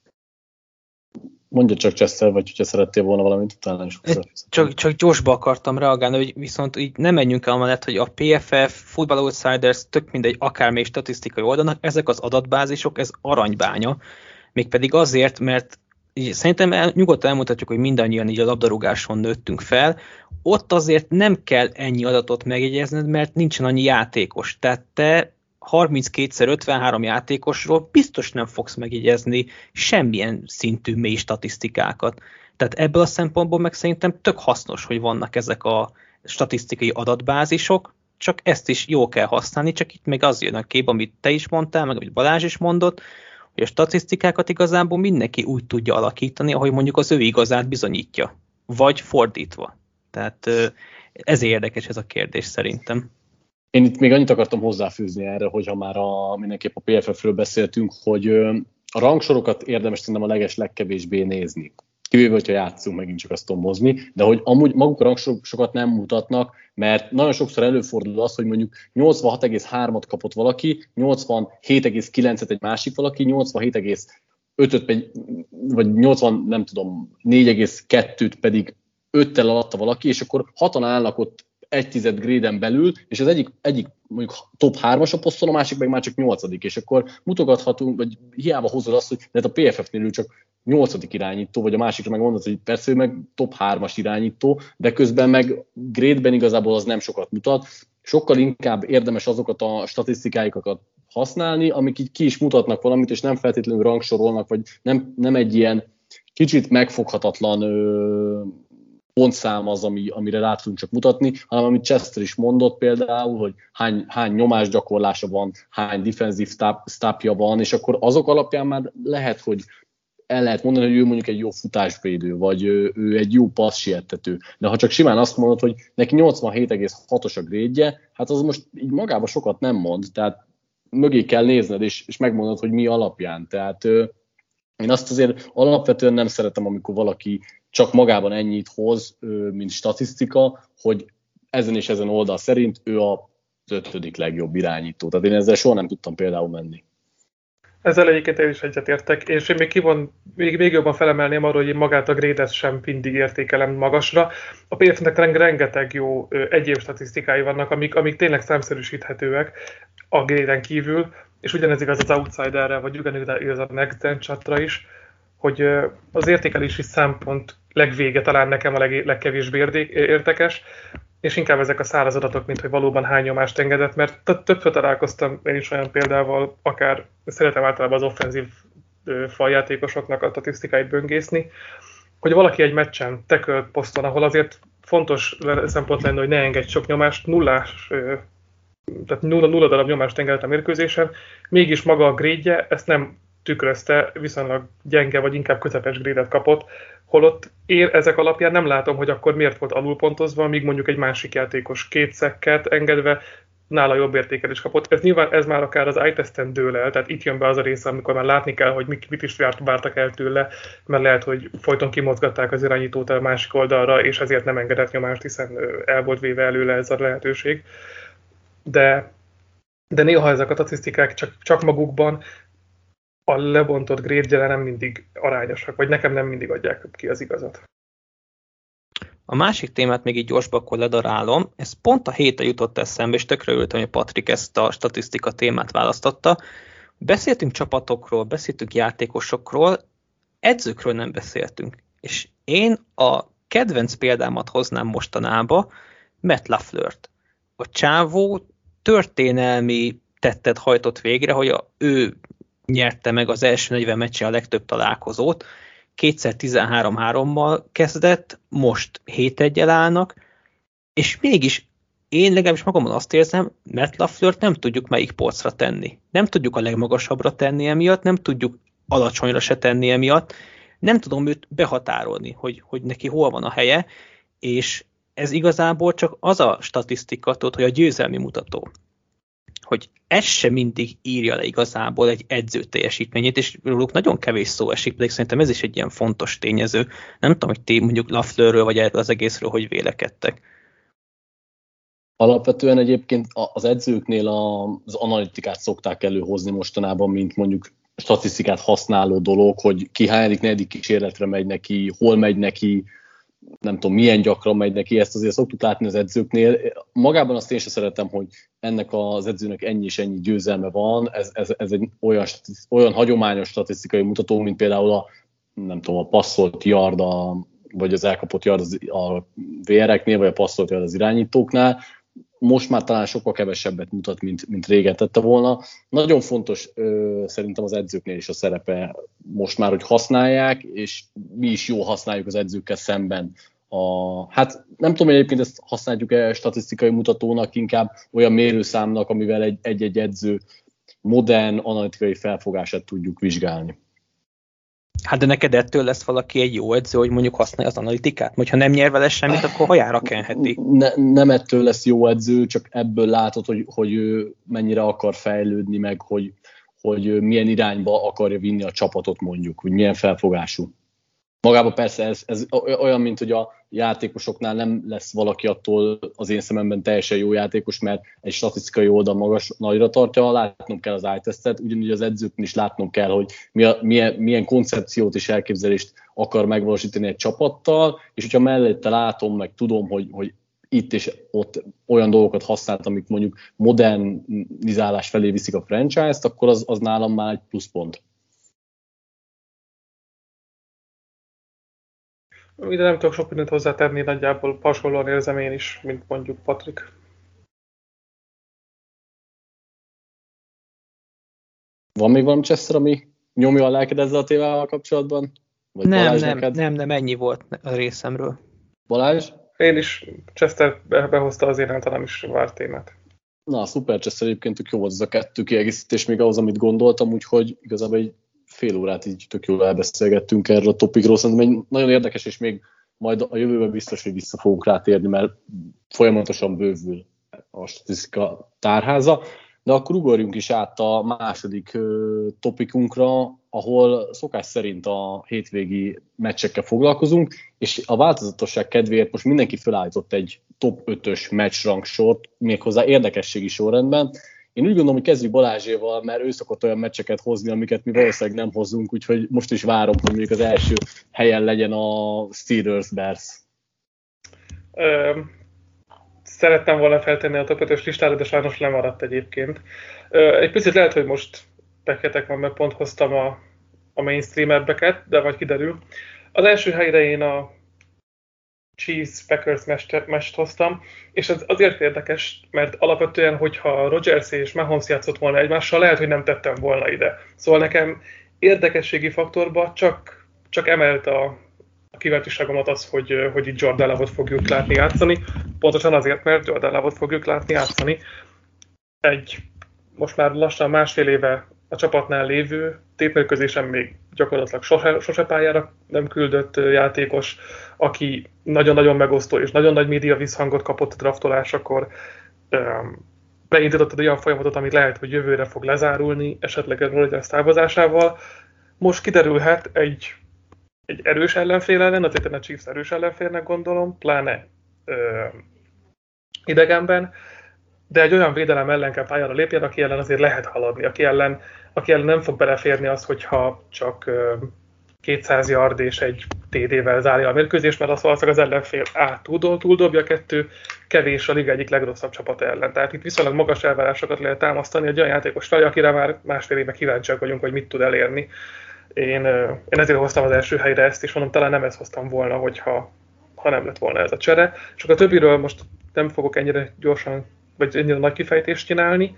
mondja csak Chester, vagy hogyha szerettél volna valamit, utána is. Csak, csak gyorsba akartam reagálni, hogy viszont így nem menjünk el amellett, hogy a pé ef ef, Football Outsiders, tök mindegy, akármely statisztikai oldalnak, ezek az adatbázisok, ez aranybánya. Mégpedig azért, mert így szerintem el, nyugodtan elmutatjuk, hogy mindannyian így a labdarúgáson nőttünk fel, ott azért nem kell ennyi adatot megjegyezned, mert nincsen annyi játékos. Tehát te harminckétszer ötvenhárom játékosról biztos nem fogsz megjegyezni semmilyen szintű mély statisztikákat. Tehát ebből a szempontból meg szerintem tök hasznos, hogy vannak ezek a statisztikai adatbázisok, csak ezt is jól kell használni, csak itt még az jön a kép, amit te is mondtál, meg amit Balázs is mondott, hogy a statisztikákat igazából mindenki úgy tudja alakítani, ahogy mondjuk az ő igazát bizonyítja. Vagy fordítva. Tehát ez érdekes ez a kérdés szerintem. Én itt még annyit akartam hozzáfűzni erre, hogyha már a, mindenképp a pé ef ef-ről beszéltünk, hogy a rangsorokat érdemes szerintem a leges legkevésbé nézni. Kivéve, hogyha játszunk, megint csak azt tudom mozni, de hogy amúgy maguk a rangsorokat nem mutatnak, mert nagyon sokszor előfordul az, hogy mondjuk nyolcvanhat egész hármat kapott valaki, nyolcvanhét egész kilencet egy másik valaki, nyolcvanhét egész ötöt vagy nyolcvan, nem tudom, négy egész kettőt pedig öttel alatta valaki, és akkor hatan állnak ott egy tized gréden belül, és az egyik, egyik mondjuk top hármas a poszton, a másik meg már csak nyolcadik, és akkor mutogathatunk, vagy hiába hozod azt, hogy de a pé ef ef-nél ő csak nyolcadik irányító, vagy a másikra meg mondod, hogy persze ő meg top hármas irányító, de közben meg grédben igazából az nem sokat mutat. Sokkal inkább érdemes azokat a statisztikáikat használni, amik így ki is mutatnak valamit, és nem feltétlenül rangsorolnak, vagy nem, nem egy ilyen kicsit megfoghatatlan ö, pontszám az, ami, amire rá tudunk csak mutatni, hanem amit Chester is mondott például, hogy hány, hány nyomásgyakorlása van, hány defensív stopja van, és akkor azok alapján már lehet, hogy el lehet mondani, hogy ő mondjuk egy jó futásvédő, vagy ő, ő egy jó passzsiettető. De ha csak simán azt mondod, hogy neki nyolcvanhét egész hatos a grédje, hát az most így magában sokat nem mond, tehát mögé kell nézned, és, és megmondod, hogy mi alapján. Tehát ö, én azt azért alapvetően nem szeretem, amikor valaki csak magában ennyit hoz, ö, mint statisztika, hogy ezen és ezen oldal szerint ő az ötödik legjobb irányító. Tehát én ezzel soha nem tudtam például menni. Ezzel egyébként én is egyetértek, és én még, kivon, még, még jobban felemelném arról, hogy én magát a grédet sem mindig értékelem magasra. A pé ef ef-nek rengeteg jó egyéb statisztikái vannak, amik, amik tényleg számszerűsíthetőek a gréden kívül, és ugyanez igaz az Outsiderre, vagy ugyanez a Next Gen Chatra is, hogy az értékelési szempont legvége talán nekem a leg, legkevésbé érdekes, és inkább ezek a száraz adatok, mint hogy valóban hány nyomást engedett, mert többször találkoztam én is olyan példával, akár szeretem általában az offenzív faljátékosoknak a statisztikáit böngészni, hogy valaki egy meccsen, tackle poszton, ahol azért fontos szempont lenne, hogy ne engedj sok nyomást, nullás, tehát nulla, nulla darab nyomást engedett a mérkőzésen, mégis maga a grade-je ezt nem tükrözte, viszonylag gyenge, vagy inkább közepes grédet kapott, holott én ezek alapján nem látom, hogy akkor miért volt alulpontozva, míg mondjuk egy másik játékos két szekket engedve nála jobb értékelést kapott. Ez nyilván ez már akár az eye-testen dől el, tehát itt jön be az a része, amikor már látni kell, hogy mit, mit is vártak el tőle, mert lehet, hogy folyton kimozgatták az irányítót a másik oldalra, és ezért nem engedett nyomást, hiszen el volt véve előle ez a lehetőség. De, de néha ezek a statisztikák csak, csak magukban a lebontott grade-gyele nem mindig arányosak, vagy nekem nem mindig adják ki az igazat. A másik témát még így gyorsba akkor ledarálom, ez pont a héten jutott eszembe, és tökre örültem, hogy Patrik ezt a statisztika témát választotta. Beszéltünk csapatokról, beszéltünk játékosokról, edzőkről nem beszéltünk. És én a kedvenc példámat hoznám mostanába, Matt LaFleurt. A csávó történelmi tettet hajtott végre, hogy a, ő nyerte meg az első negyven meccsen a legtöbb találkozót, kétszer tizenhárom hárommal kezdett, most hét egyel állnak, és mégis én legalábbis magamon azt érzem, Matt LaFleurt nem tudjuk melyik polcra tenni. Nem tudjuk a legmagasabbra tenni emiatt, nem tudjuk alacsonyra se tenni emiatt, nem tudom őt behatárolni, hogy, hogy neki hol van a helye, és ez igazából csak az a statisztika, tudod, hogy a győzelmi mutató. Hogy ez sem mindig írja le igazából egy edző teljesítményét, és róluk nagyon kevés szó esik, pedig szerintem ez is egy ilyen fontos tényező. Nem tudom, hogy ti mondjuk LaFleurről, vagy erről az egészről hogy vélekedtek. Alapvetően egyébként az edzőknél az analitikát szokták előhozni mostanában, mint mondjuk statisztikát használó dolog, hogy ki hányadik, negyedik kísérletre megy neki, hol megy neki, nem tudom, milyen gyakran megy neki, ezt azért szoktuk látni az edzőknél. Magában azt én sem szeretem, hogy ennek az edzőnek ennyi és ennyi győzelme van, ez, ez, ez egy olyan, olyan hagyományos statisztikai mutató, mint például a, nem tudom, a passzolt yard, a, vagy az elkapott yard a vé er-eknél, vagy a passzolt yard az irányítóknál. Most már talán sokkal kevesebbet mutat, mint, mint régen tette volna. Nagyon fontos ö, szerintem az edzőknél is a szerepe most már, hogy használják, és mi is jól használjuk az edzőkkel szemben. A, hát nem tudom, hogy egyébként ezt használjuk-e statisztikai mutatónak, inkább olyan mérőszámnak, amivel egy, egy-egy edző modern analitikai felfogását tudjuk vizsgálni. Hát de neked ettől lesz valaki egy jó edző, hogy mondjuk használja az analitikát? Vagy ha nem nyer vele semmit, akkor hajára kenheti. Ne, nem ettől lesz jó edző, csak ebből látod, hogy, hogy ő mennyire akar fejlődni, meg hogy, hogy milyen irányba akarja vinni a csapatot mondjuk, hogy milyen felfogású. Magában persze ez, ez olyan, mint hogy a játékosoknál nem lesz valaki attól az én szememben teljesen jó játékos, mert egy statisztikai oldal magas nagyra tartja, látnom kell az eye-tesztet, ugyanúgy az edzőknél is látnom kell, hogy milyen, milyen koncepciót és elképzelést akar megvalósítani egy csapattal, és hogyha mellette látom, meg tudom, hogy, hogy itt és ott olyan dolgokat használt, amik mondjuk modernizálás felé viszik a franchise-t, akkor az, az nálam már egy pluszpont. Ide nem tudok sok mindent hozzátenni, nagyjából hasonlóan érzem én is, mint mondjuk Patrik. Van még valami Chester, ami nyomja a lelked ezzel a témával kapcsolatban? Vagy nem, Balázs nem, neked? nem, nem, ennyi volt a részemről. Balázs? Én is, Chester behozta az én általam is várt témát. Na, szuper, Chester, egyébként tök jó volt ez a kettő kiegészítés még ahhoz, amit gondoltam, úgyhogy igazából egy fél órát így tök jól elbeszélgettünk erről a topikról, szerintem egy nagyon érdekes, és még majd a jövőben biztos, hogy vissza fogunk rátérni, mert folyamatosan bővül a statisztika tárháza. De akkor ugorjunk is át a második topikunkra, ahol szokás szerint a hétvégi meccsekkel foglalkozunk, és a változatosság kedvéért most mindenki felállított egy top ötös meccsrangsort, méghozzá érdekességi sorrendben. Én úgy gondolom, hogy kezdjük Balázséval, mert ő szokott olyan meccseket hozni, amiket mi valószínűleg nem hozunk, úgyhogy most is várom, hogy mondjuk az első helyen legyen a Steelers-Bears. szerettem volna feltenni a top ötös listára, de sajnos lemaradt egyébként. Egy picit lehet, hogy most peketek van, mert pont hoztam a, a mainstreamebbeket, de majd kiderül. Az első helyre én a Chiefs-Packers meccst hoztam, és ez azért érdekes, mert alapvetően, hogyha Rodgers és Mahomes játszott volna egymással, lehet, hogy nem tettem volna ide. Szóval nekem érdekességi faktorba csak, csak emelt a, a kíváncsiságomat az, hogy, hogy itt Jordan Love-ot fogjuk látni játszani. Pontosan azért, mert Jordan Love-ot fogjuk látni játszani. Egy most már lassan másfél éve a csapatnál lévő, tétmérkőzésen még gyakorlatilag sose, sose pályára nem küldött játékos, aki nagyon-nagyon megosztó és nagyon nagy média visszhangot kapott a draftolásakor. Beindítottad olyan folyamatot, amit lehet, hogy jövőre fog lezárulni, esetleg a Rodgers távozásával. Most kiderülhet egy, egy erős ellenfél ellen, azért én a Chiefs erős ellenfélnek gondolom, pláne ö, idegenben, de egy olyan védelem ellen kell pályára lépjen, aki ellen azért lehet haladni, aki ellen, aki ellen nem fog beleférni az, hogyha csak ö, kétszáz yard és egy té dé-vel zárja a mérkőzést, mert azt valószínűleg az ellenfél A túl, túldobja, kettő kevés a liga egyik legrosszabb csapata ellen. Tehát itt viszonylag magas elvárásokat lehet támasztani egy olyan játékos felé, akire már másfél éve kíváncsiak vagyunk, hogy mit tud elérni. Én, én ezért hoztam az első helyre ezt, és mondom, talán nem ezt hoztam volna, hogyha ha nem lett volna ez a csere. És akkor a többiről most nem fogok ennyire gyorsan, vagy ennyire nagy kifejtést csinálni.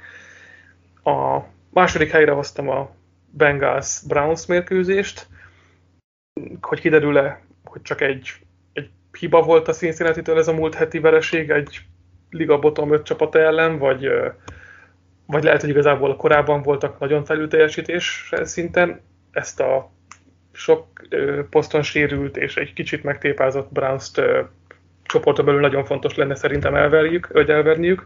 A második helyre hoztam a Bengals-Browns mérkőzést, hogy kiderül-e, hogy csak egy, egy hiba volt a Cincinnati-től ez a múlt heti vereség egy liga bottom öt csapata ellen, vagy, vagy lehet, hogy igazából korábban voltak nagyon felülteljesítés szinten. Ezt a sok poszton sérült és egy kicsit megtépázott Browns-t csoporton belül nagyon fontos lenne szerintem elverjük, vagy elverniük.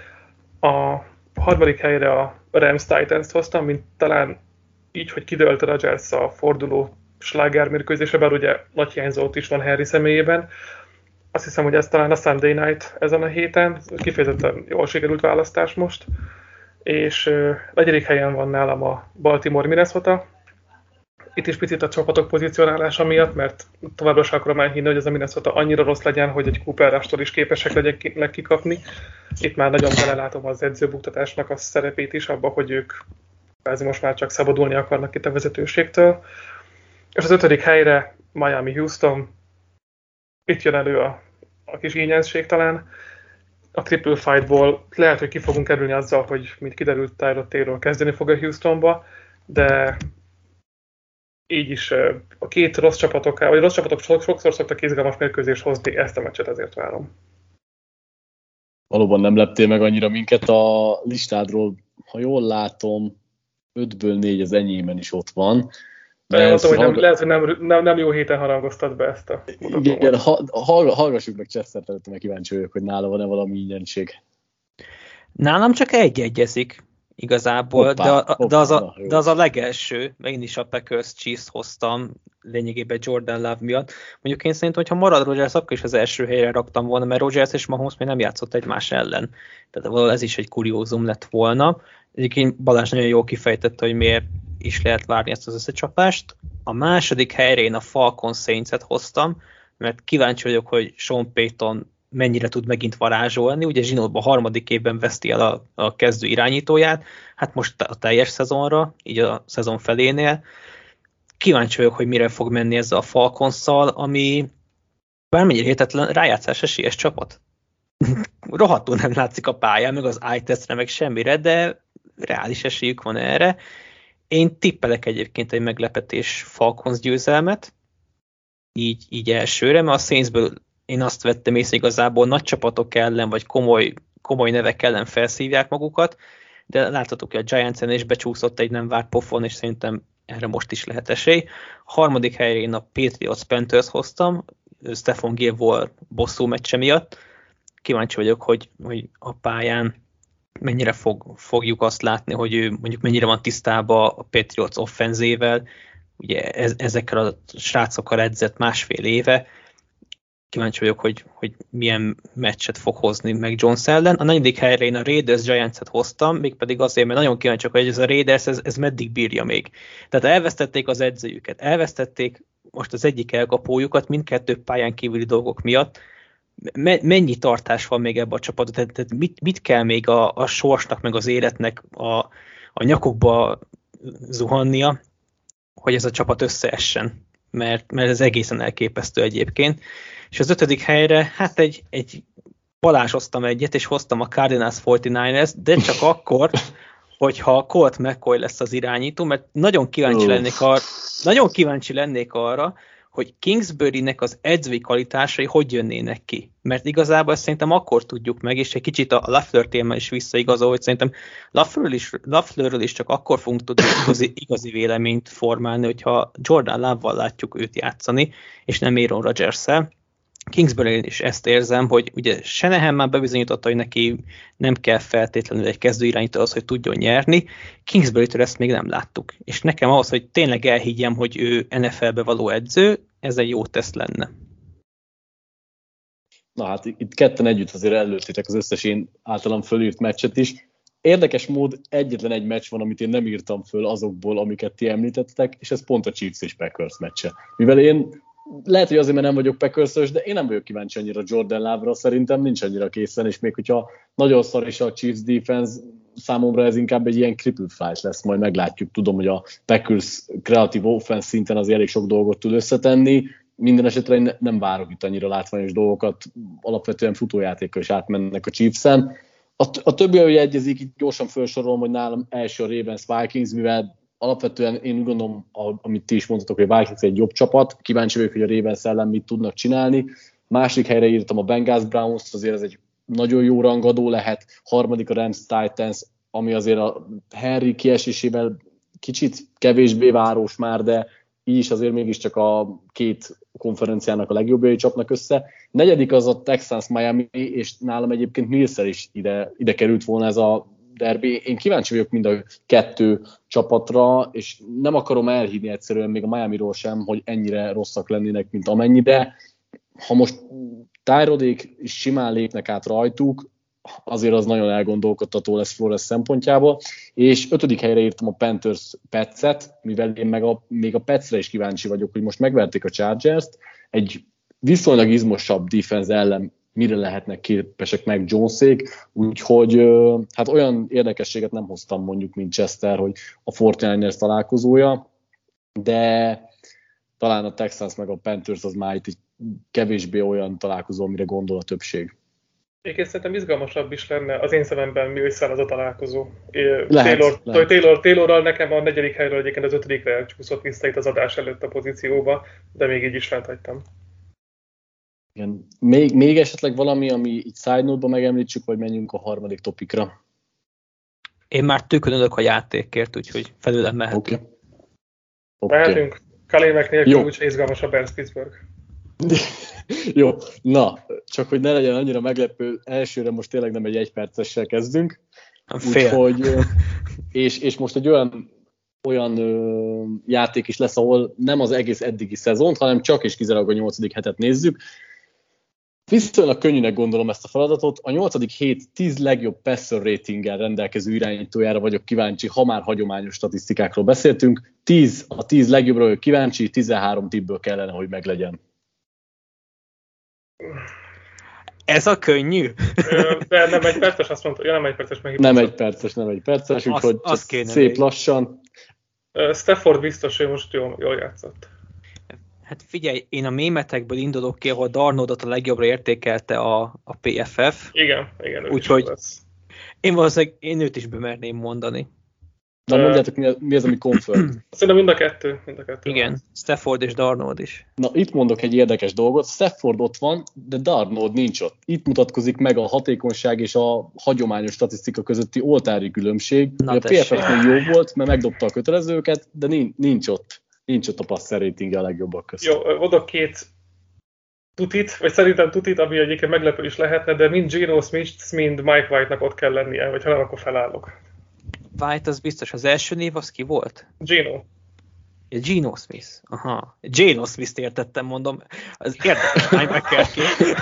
A harmadik helyre a Rams-Titans-t hoztam, mint talán így, hogy kidőlt a Rodgers a forduló sláger mérkőzése, bár ugye nagy hiányzót is van Henry személyében. Azt hiszem, hogy ez talán a Sunday Night ezen a héten, kifejezetten jól sikerült választás most. És uh, negyedik helyen van nálam a Baltimore Minnesota. Itt is picit a csapatok pozícionálása miatt, mert továbbra sem akarom elhinni, hogy ez a Minnesota annyira rossz legyen, hogy egy Cooper Rush-tól is képesek legyenek kikapni. Itt már nagyon belelátom az edzőbuktatásnak a szerepét is, abba, hogy ők most már csak szabadulni akarnak itt a vezetőségtől. És az ötödik helyre Miami-Houston. Itt jön elő a, a kis ínyenség talán. A Triple Fight-ból lehet, hogy ki fogunk kerülni azzal, hogy mint kiderült, Tyrod Taylor kezdeni fog a Houstonba, de így is a két rossz csapatok, vagy rossz csapatok sokszor szoktak izgalmas mérkőzést hozni, ezt a meccset ezért várom. Valóban nem leptél meg annyira minket a listádról, ha jól látom, ötből négy az enyémben is ott van. De mondtam, hogy nem, hallg... lehet, hogy nem, nem, nem jó héten harangoztat be ezt a mutatómat. Igen, ha, hallgassuk meg Chester-t, mert kíváncsi vagyok, hogy nála van-e valami ingyenség. Nálam csak egy egyezik igazából, hoppá, de, a, hoppá, de, az a, de az a legelső, megint is a Packers Chiefs hoztam, lényegében Jordan Love miatt. Mondjuk én szerintem, hogyha marad Rodgers, akkor is az első helyre raktam volna, mert Rodgers és Mahomes még nem játszott egymás ellen. Tehát valahol ez is egy kuriózum lett volna. Egyébként Balázs nagyon jól kifejtette, hogy miért is lehet várni ezt az összecsapást. A második helyre én a Falcon Saints-et hoztam, mert kíváncsi vagyok, hogy Sean Payton mennyire tud megint varázsolni. Ugye Zsinótban a harmadik évben veszti el a, a kezdő irányítóját, hát most a teljes szezonra, így a szezon felénél. Kíváncsi vagyok, hogy mire fog menni ezzel a Falconszal, ami bármennyire hihetetlen rájátszás esélyes csapat. Rohadtul nem látszik a pályán, meg az eye testre, meg semmire, de reális esélyük van erre. Én tippelek egyébként egy meglepetés Falcons győzelmet, így, így elsőre, mert a Saintsből én azt vettem észre, igazából nagy csapatok ellen, vagy komoly, komoly nevek ellen felszívják magukat, de láthatok, hogy a Giants-en is becsúszott egy nem várt pofon, és szerintem erre most is lehet esély. A harmadik helyre én a Patriots Panthers hoztam, Stephon Gilmore bosszú meccse miatt. Kíváncsi vagyok, hogy, hogy a pályán mennyire fog, fogjuk azt látni, hogy ő mondjuk mennyire van tisztában a Patriots offenzével, ugye ez, ezekkel a srácokkal edzett másfél éve. Kíváncsi vagyok, hogy, hogy milyen meccset fog hozni meg Jones ellen. A negyedik helyre én a Raiders Giants-et hoztam, mégpedig azért, mert nagyon kíváncsi vagyok, hogy ez a Raiders, ez, ez meddig bírja még. Tehát elvesztették az edzőjüket, elvesztették most az egyik elkapójukat, mindkettő pályán kívüli dolgok miatt. me, mennyi tartás van még ebbe a csapatban, tehát, tehát mit, mit kell még a, a sorsnak, meg az életnek a, a nyakukba zuhannia, hogy ez a csapat összeessen, mert, mert ez egészen elképesztő egyébként. És az ötödik helyre, hát egy, egy balázsoztam egyet, és hoztam a Cardinals negyvenkilencest, de csak akkor, hogyha Colt McCoy lesz az irányító, mert nagyon kíváncsi lennék arra, nagyon kíváncsi lennék arra, hogy Kingsbury-nek az edzői kvalitásai hogy jönnének ki. Mert igazából ezt szerintem akkor tudjuk meg, és egy kicsit a Lafleur témán is visszaigazol, hogy szerintem Lafleurről is, Lafleurről is csak akkor fogunk tudni igazi, igazi véleményt formálni, hogyha Jordan Love-val látjuk őt játszani, és nem Aaron Rodgers-szel. Kingsbury-n is ezt érzem, hogy ugye Shanahan már bebizonyította, hogy neki nem kell feltétlenül egy kezdőirányító az, hogy tudjon nyerni. Kingsbury-től ezt még nem láttuk. És nekem ahhoz, hogy tényleg elhiggyem, hogy ő en ef el-be való edző, ez egy jó teszt lenne. Na hát itt ketten együtt azért előttétek az összes én általam fölírt meccset is. Érdekes mód egyetlen egy meccs van, amit én nem írtam föl azokból, amiket ti említettek, és ez pont a Chiefs és Packers meccse. Mivel én lehet, hogy azért, mert nem vagyok Packers-ös, de én nem vagyok kíváncsi annyira Jordan Love-ra, szerintem nincs annyira készen, és még hogyha nagyon szar is a Chiefs defense, számomra ez inkább egy ilyen crippled fight lesz, majd meglátjuk. Tudom, hogy a Packers kreatív offense szinten azért elég sok dolgot tud összetenni, minden esetre én nem várok itt annyira látványos dolgokat, alapvetően futójátékkal is átmennek a Chiefs-en. A, a többi, ahogy egyezik, itt gyorsan felsorolom, hogy nálam első a Ravens Vikings, mivel alapvetően én úgy gondolom, amit ti is mondtatok, hogy a Vikings egy jobb csapat, kíváncsi vagyok, hogy a Ravens ellen mit tudnak csinálni. Másik helyre írtam a Bengals Browns, azért ez egy nagyon jó rangadó lehet. Harmadik a Rams Titans, ami azért a Henry kiesésével kicsit kevésbé város már, de így is azért mégiscsak a két konferenciának a legjobbjai csapnak össze. Negyedik az a Texans Miami, és nálam egyébként Millszel is ide, ide került volna ez a derbi. Én kíváncsi vagyok mind a kettő csapatra, és nem akarom elhinni egyszerűen még a Miamiról sem, hogy ennyire rosszak lennének, mint amennyire. Ha most Tyrodék is simán lépnek át rajtuk, azért az nagyon elgondolkodtató lesz Flores szempontjából. És ötödik helyre írtam a Panthers Petset, mivel én meg a, még a Petsre is kíváncsi vagyok, hogy most megverték a Chargers-t, egy viszonylag izmosabb defense ellen mire lehetnek képesek meg Jonesék, úgyhogy hát olyan érdekességet nem hoztam mondjuk, mint Chester, hogy a negyvenkilences találkozója, de talán a Texans meg a Panthers az már itt kevésbé olyan találkozó, amire gondol a többség. Egyébként szerintem izgalmasabb is lenne az én szememben, mi összeáll az a találkozó. Lehet, Taylor, lehet. Taylor, Taylorral nekem a negyedik helyről egyébként az ötödikre elcsúszott vissza itt az adás előtt a pozícióba, de még így is fent hagytam. Igen. Még, még esetleg valami, ami így side note-ba megemlítsük, vagy menjünk a harmadik topikra? Én már tükönölök a játékért, úgyhogy felőlem mehetünk. Oké. Okay. Mehetünk. Okay. Kalémek nélkül úgyse izgalmas a Bears Pittsburgh. Jó, na, csak hogy ne legyen annyira meglepő, elsőre most tényleg nem egy egypercessel kezdünk. Úgyhogy, és, és most egy olyan, olyan ö, játék is lesz, ahol nem az egész eddigi szezont, hanem csak és kizárólag a nyolcadik hetet nézzük. Viszonylag könnyűnek gondolom ezt a feladatot. A nyolcadik hét tíz legjobb passer ratinggel rendelkező irányítójára vagyok kíváncsi, ha már hagyományos statisztikákról beszéltünk. tíz a tíz legjobbra vagyok kíváncsi, tizenhárom tippből kellene, hogy meglegyen. Ez a könnyű? De nem egy perces, azt mondta, ja, nem egy perces megint. Nem egy perces, nem egy perces, úgyhogy szép még. Lassan. Stafford biztos, hogy most jól, jól játszott. Hát figyelj, én a mémetekből indulok ki, ahol Darnoldot a legjobbra értékelte a, a pé ef ef. Igen, igen. Úgyhogy én valószínűleg én őt is bemerném mondani. Na mondjátok, mi az, mi az ami confirmed? Szerintem mind a kettő. Mind a kettő igen, van. Stafford és Darnold is. Na, itt mondok egy érdekes dolgot. Stafford ott van, de Darnold nincs ott. Itt mutatkozik meg a hatékonyság és a hagyományos statisztika közötti oltári különbség. A pé ef ef még jó volt, mert megdobta a kötelezőket, de nincs ott. Nincs ott a passer ratingje a legjobbak között. Jó, adok két tutit, vagy szerintem tutit, ami egyébként meglepő is lehetne, de mind Geno Smith, mind Mike White-nak ott kell lennie, vagy ha nem, akkor felállok. White az biztos, az első név az ki volt? Geno. Ja, Geno Smith. Aha. Geno Smith-t értettem, mondom. Az érdekes, linebacker-ké.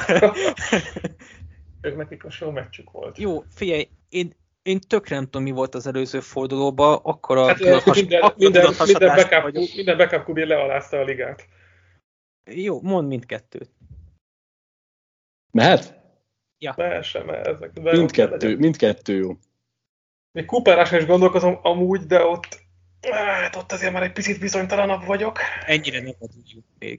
Ők nekik a show meccsük volt. Jó, figyelj, én, én tökre nem tudom, mi volt az előző fordulóban, akkor a... Hát tudathas, minden, akkor minden, minden, backup, minden backup kubér lealázta a ligát. Jó, mondd mindkettőt. Mehet? Ja. Mehessen, mert ezek... Mindkettő, mindkettő jó. Még Cooperáson is gondolkozom amúgy, de ott, hát ott azért már egy picit bizonytalanabb vagyok. Ennyire nem adjuk még.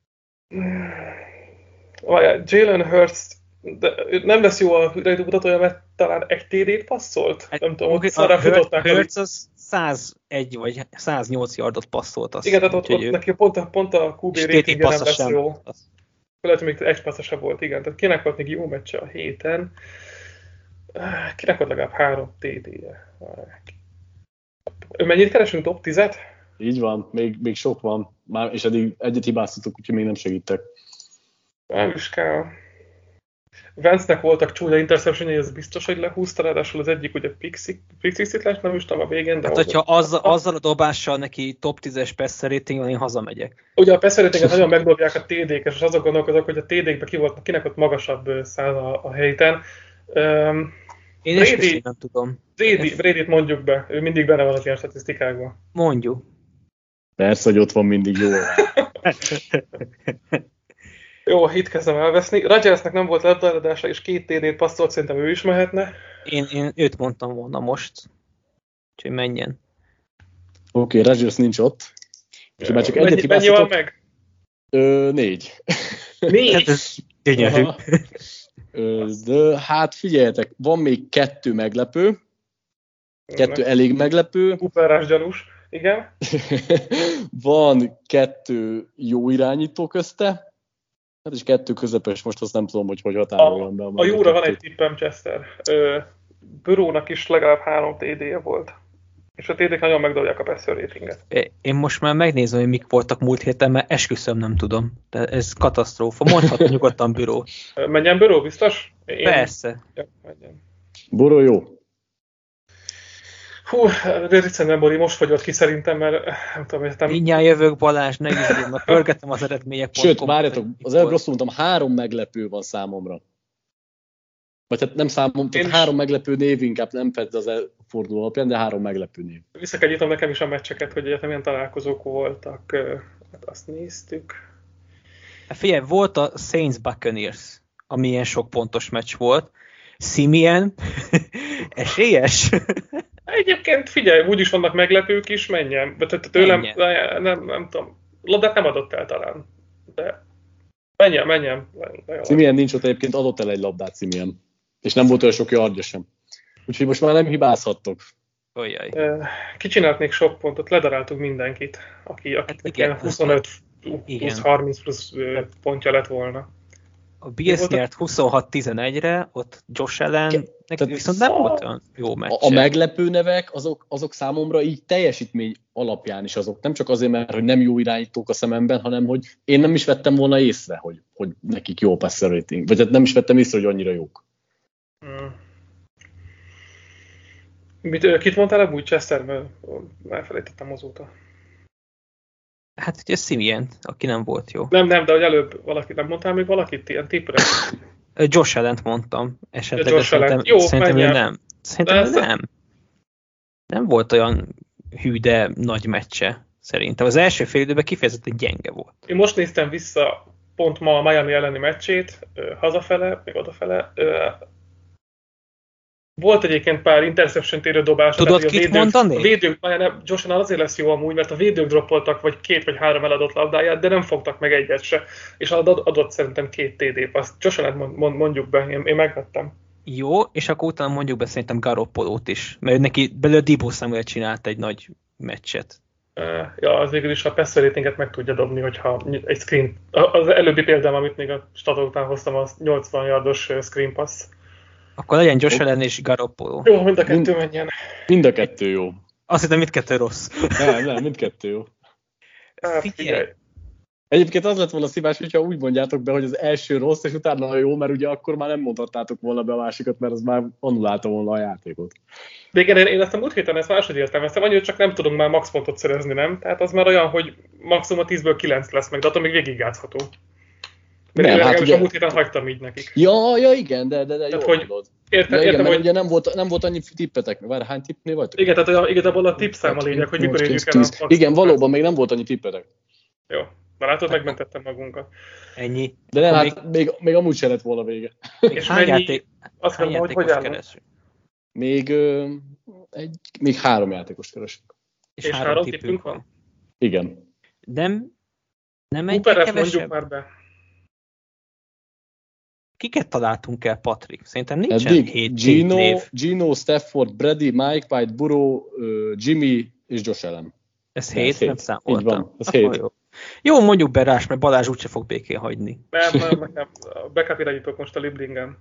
Várjál, Jalen Hurts, de nem lesz jó a rejtőmutatója, mert talán egy té dét passzolt? Hát, nem tudom, okay, ott szarra futották. Hurts az százegy vagy száznyolc yardot passzolt. Azt, igen, tehát ott, ott neki pont a, pont a kú bé ratingje nem lesz jó. Lehet, hogy még egy passzasa volt, igen. Tehát kinek volt még jó meccse a héten? Kinek volt legalább három té dé-je? Mennyit keresünk, top tízet? Így van, még, még sok van. Már, és eddig egyet hibáztatok, úgyhogy még nem segítek. Nem is kell. Vance-nek voltak csúnya interceptionjai, ez biztos, hogy lehúzta, ráadásul az egyik ugye Pixixit lett, nem is tudom a végén. De hát, hogyha azzal, azzal a dobással neki top tízes passer rating van, én hazamegyek. Ugye a passer ratinget nagyon megdobják a té dék, és azok gondolkozok, hogy a té dékben ki volt, kinek ott magasabb száz a, a héten. Um, én Brady, is nem tudom. Brady, Brady-t mondjuk be, ő mindig benne van az ilyen statisztikákban. Mondjuk. Persze, hogy ott van mindig jó. Jó, itt kezdem elveszni. Rodgersnek nem volt labdaálladása, és két té dét passzolt, szerintem ő is mehetne. Én, én őt mondtam volna most. Úgyhogy menjen. Oké, okay, Rodgers nincs ott. És már csak egyet mennyi van meg? Ö, négy. Négy? Gyönyörű. De hát figyeljetek, van még kettő meglepő. Kettő elég meglepő. Cooperás gyanús, igen. Van kettő jó irányító közte. Hát és kettő közepes, most azt nem tudom, hogy hogy határoljam be. A, a jóra van egy tippem, Chester. Burrownak is legalább három té dé-je volt. És a té dék nagyon megdobják a passer ratinget. Én most már megnézem, hogy mik voltak múlt héten, mert esküszöm nem tudom. De ez katasztrófa. Mondhatod nyugodtan Burrow. Menjen Burrow, biztos? Én... Persze. Ja, menjen. Burrow jó. Hú, Richard Memory most fogyott ki szerintem, mert nem tudom, hogy nem... Mindjárt jövök, Balázs, ne izgulj, pörgetem az eredmények. Sőt, várjatok, az előbb rosszul mondtam, három meglepő van számomra. Vagy hát nem számom, tehát Én három is... meglepő név, inkább nem fed az forduló alapján, de három meglepő név. Vissza kell nyitnom nekem is a meccseket, hogy egyetem milyen találkozók voltak. Hát azt néztük. Hát figyelj, volt a Saints Buccaneers, ami ilyen sok pontos meccs volt. Simeon, esélyes. Egyébként figyelj, úgyis vannak meglepők is, menjen. Tőlem, nem, nem, nem tudom, labdát nem adott el talán, de menjen, menjen. Simeon nincs ott, egyébként adott el egy labdát Simeon, és nem volt olyan sok yardja sem. Úgyhogy most már nem hibázhattok. Olyaj. Ki csinált még sok pontot, ledaráltuk mindenkit, aki, akinek hát huszonöt plusz harminc plusz pontja lett volna. A Bills nyert huszonhat tizenegyre, ott Josh Allen, viszont nem volt olyan jó meccs. A, a meglepő nevek, azok, azok számomra így teljesítmény alapján is azok. Nem csak azért, mert hogy nem jó irányítók a szememben, hanem hogy én nem is vettem volna észre, hogy, hogy nekik jó passer rating. Vagy nem is vettem észre, hogy annyira jók. Hmm. Mit, kit mondtál ebből, Chester? Mert elfelejtettem azóta. Hát ugye Simeon, aki nem volt jó. Nem, nem, de hogy előbb valaki, nem mondtál még valakit ilyen tippre? Josh Allent mondtam. Esetleg Josh szerintem, Allen. Jó, szerintem ő nem. Szerintem ez... nem. Nem volt olyan hű, de nagy meccse. Szerintem. Az első fél időben kifejezetten gyenge volt. Én most néztem vissza pont ma a Miami elleni meccsét, hazafele, még odafele. Volt egyébként pár interception térő dobás. Tudod, kit védők, mondani? A védők, Josh Allen azért lesz jó amúgy, mert a védők droppoltak vagy két vagy három eladott labdáját, de nem fogtak meg egyet se. És adott, adott szerintem két té dé paszt. Josh Allen mond, mondjuk be, én, én megvettem. Jó, és akkor utána mondjuk be szerintem Garoppolót is. Mert neki belőle Deebo Samuel csinált egy nagy meccset. Uh, ja, az végül is a passer ratinget meg tudja dobni, hogyha egy screen... Az előbbi példám, amit még a statok után hoztam, az nyolcvan yardos screen pass. Akkor legyen Josh Allen és Garoppolo. Jó, mind a kettő mind, menjen. Mind a kettő jó. Azt hittem, mindkettő rossz. Nem, nem, mindkettő jó. Hát, figyelj. Egyébként az lett volna szívás, hogyha úgy mondjátok be, hogy az első rossz, és utána jó, mert ugye akkor már nem mondhattátok volna be a másikat, mert az már annulálta volna a játékot. De igen, én ezt a múlt héten ezt máshogy értelmeztem, annyira csak nem tudunk már max pontot szerezni, nem? Tehát az már olyan, hogy maximum a tízből kilenc lesz meg, de attól még végigjátszható. De nem, hát ugye... a múlt héten hagytam így nekik. Ja, ja igen, de, de, de tehát, jól hogy mondod. Értem, ja, igen, értem, hogy... ugye nem volt, nem volt annyi tippetek, várj, hány tippnél vagytok? Igen, tehát igazából a tippszám a lényeg, hogy mikor érjük el a... Igen, valóban még nem volt annyi tippetek. Jó. Na látod, megmentettem magunkat. Ennyi. De nem, Akkor hát még, még amúgy se lett volna vége. És hány mennyi, játék, azt hány mondom, hogy hogy játékos állunk? keresünk? Még, ö, egy, még három játékos keresünk. És, És három, három tippünk tippünk van. van? Igen. Nem, nem egy Cooperes kevesebb. mondjuk már be. Kiket találtunk el, Patrik? Szerintem nincsen Eddig hét Gino, név. Gino, Stafford, Brady, Mike White, Burrow, ö, Jimmy és Josh Allen. Ez Ez hét, hét. nem számoltam. Így van, ez Akkor hét. Jó. jó, mondjuk Berás, mert Balázs úgyse fog békén hagyni. Nem, nem, nekem a backup irányítok most a Liblingen.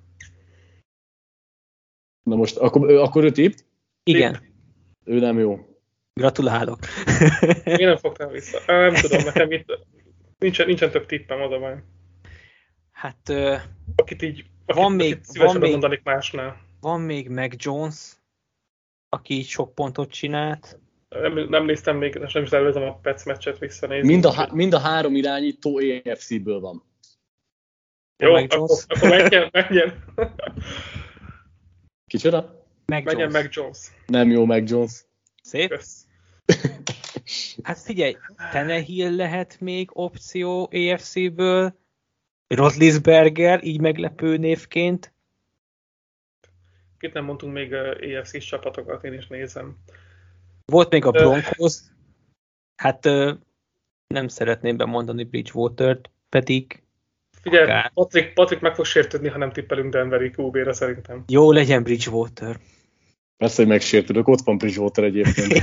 Na most, akkor, ö, akkor ő tipp? Igen, Ő nem jó. gratulálok. Én nem fogtam vissza. Nem tudom, nekem itt nincsen, nincsen több tippem, az a baj. Hát ö, Akit így, akit, Van még- akit szívesen van még- mondanék másnál. van még Mac Jones, aki így sok pontot csinált. Nem, nem néztem még, és nem is előzem a Pets meccset visszanézni. Mind a, há- mind a három irányító á ef cé-ből van. Jó, Mac akkor, Jones. akkor menjen, menjen. Kicsoda? Mac Menjen Jones. meg Jones. Nem jó Mac Jones. Szép. Kösz. Hát figyelj, Tannehill lehet még opció á ef cé-ből, Roethlisberger, így meglepő névként. Kit nem mondtunk még á ef cé-s csapatokat, én is nézem. Volt még a Ö. Broncos, hát ö, nem szeretném bemondani Bridgewater-t, pedig Figyelj, Akár. Patrick, Patrick meg fog sértődni, ha nem tippelünk Denveri kú bé-re szerintem. jó legyen Bridgewater. Persze, hogy megsértődök, ott van Bridgewater egyébként.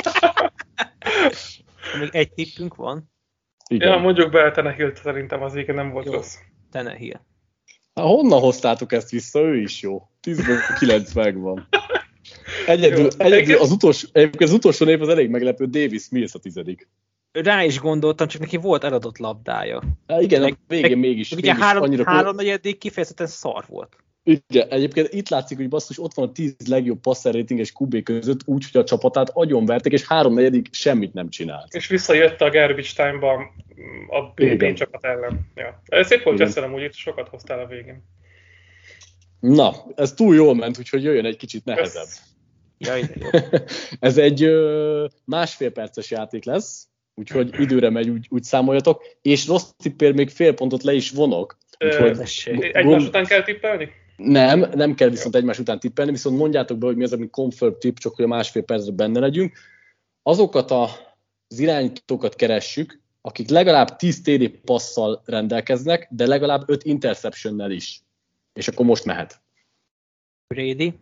Még egy tippünk van, Igen. Ja, mondjuk be Tannehill-t, szerintem az igen nem volt Jó. rossz. Tannehill. Hát honnan hoztátok ezt vissza? Ő is jó. tízből kilenc megvan. Egyedül, Jó. egyedül az, utolsó, az utolsó név az elég meglepő, Davis Mills a tizedik. Rá is gondoltam, csak neki volt eladott labdája. Hát igen, Meg- a végén meg- mégis, Ugye mégis három, annyira... három negyedik kifejezetten szar volt. Igen, egyébként itt látszik, hogy basszus, ott van a tíz legjobb passer ratinges kú bé között, úgy, hogy a csapatát agyonverték, és három negyedik semmit nem csinált. És visszajött a garbage time-ba a Igen. B csapat ellen. Ja. Ez szép volt, Igen. Jessel, amúgy itt sokat hoztál a végén. Na, ez túl jól ment, úgyhogy jöjjön egy kicsit nehezebb. Jaj, de jó. Ez egy ö, másfél perces játék lesz, úgyhogy időre megy, úgy, úgy számoljatok, és rossz tippér még fél pontot le is vonok. Úgyhogy Tessék. Egymás gond- után kell tippelni? Nem, nem kell viszont egymás után tippelni, viszont mondjátok be, hogy mi az, ami confirm tipp, csak hogy a másfél percben benne legyünk. Azokat a, az irányítókat keressük, akik legalább tíz té dé passzal rendelkeznek, de legalább öt interceptionnel is. És akkor most mehet. Brady.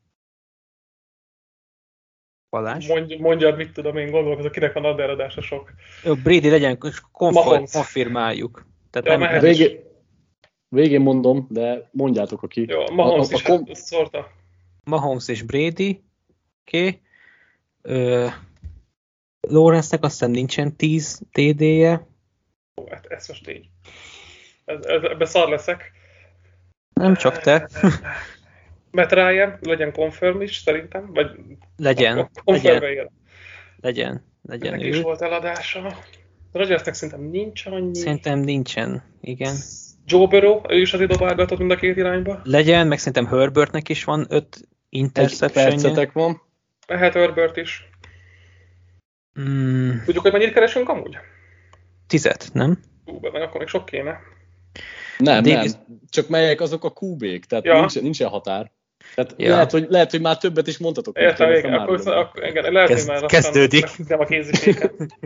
Balázs. Mondj, mondjad, mit tudom én, gondolkozok, kinek van addeраdása sok. Jó, Brady legyen, konfir- Mahomes. konfirmáljuk. Tehát Ja, nem, mehet. Végén, végén mondom, de mondjátok, aki. Jó, Mahomes a, a, is a kom- szórta. Mahomes és Brady. Oké. Okay. Lawrence-nek azt hiszem nincsen tíz té dé-je. Ó, hát ez most így. Ez, ez, ebbe szar leszek. Nem csak te. Matt Ryan, legyen confirm is, szerintem. Vagy Legyen. confirm Legyen. Legyen. Legyen Ennek is ő. volt eladása. Rodgersnek szerintem nincs annyi. Szerintem nincsen. Igen. Joe Burrow, ő is azért dobálgatott mind a két irányba. Legyen, meg szerintem Herbertnek is van öt egy interceptionje. percetek van. Lehet Herbert is. Mm, Tudjuk, hogy mennyit keresünk amúgy? tizet, nem? Ú, meg akkor még sok kéne. Nem, Davis- nem. Csak melyek azok a kú bék, tehát Ja. nincsen, nincsen határ. Tehát Ja. lehet, hogy, lehet, hogy már többet is mondhatok. mint Értem, én, igen, aztán akkor, már mondom. akkor igen, lehet, Kezd- hogy már kezdődik. aztán nem a kéziféket.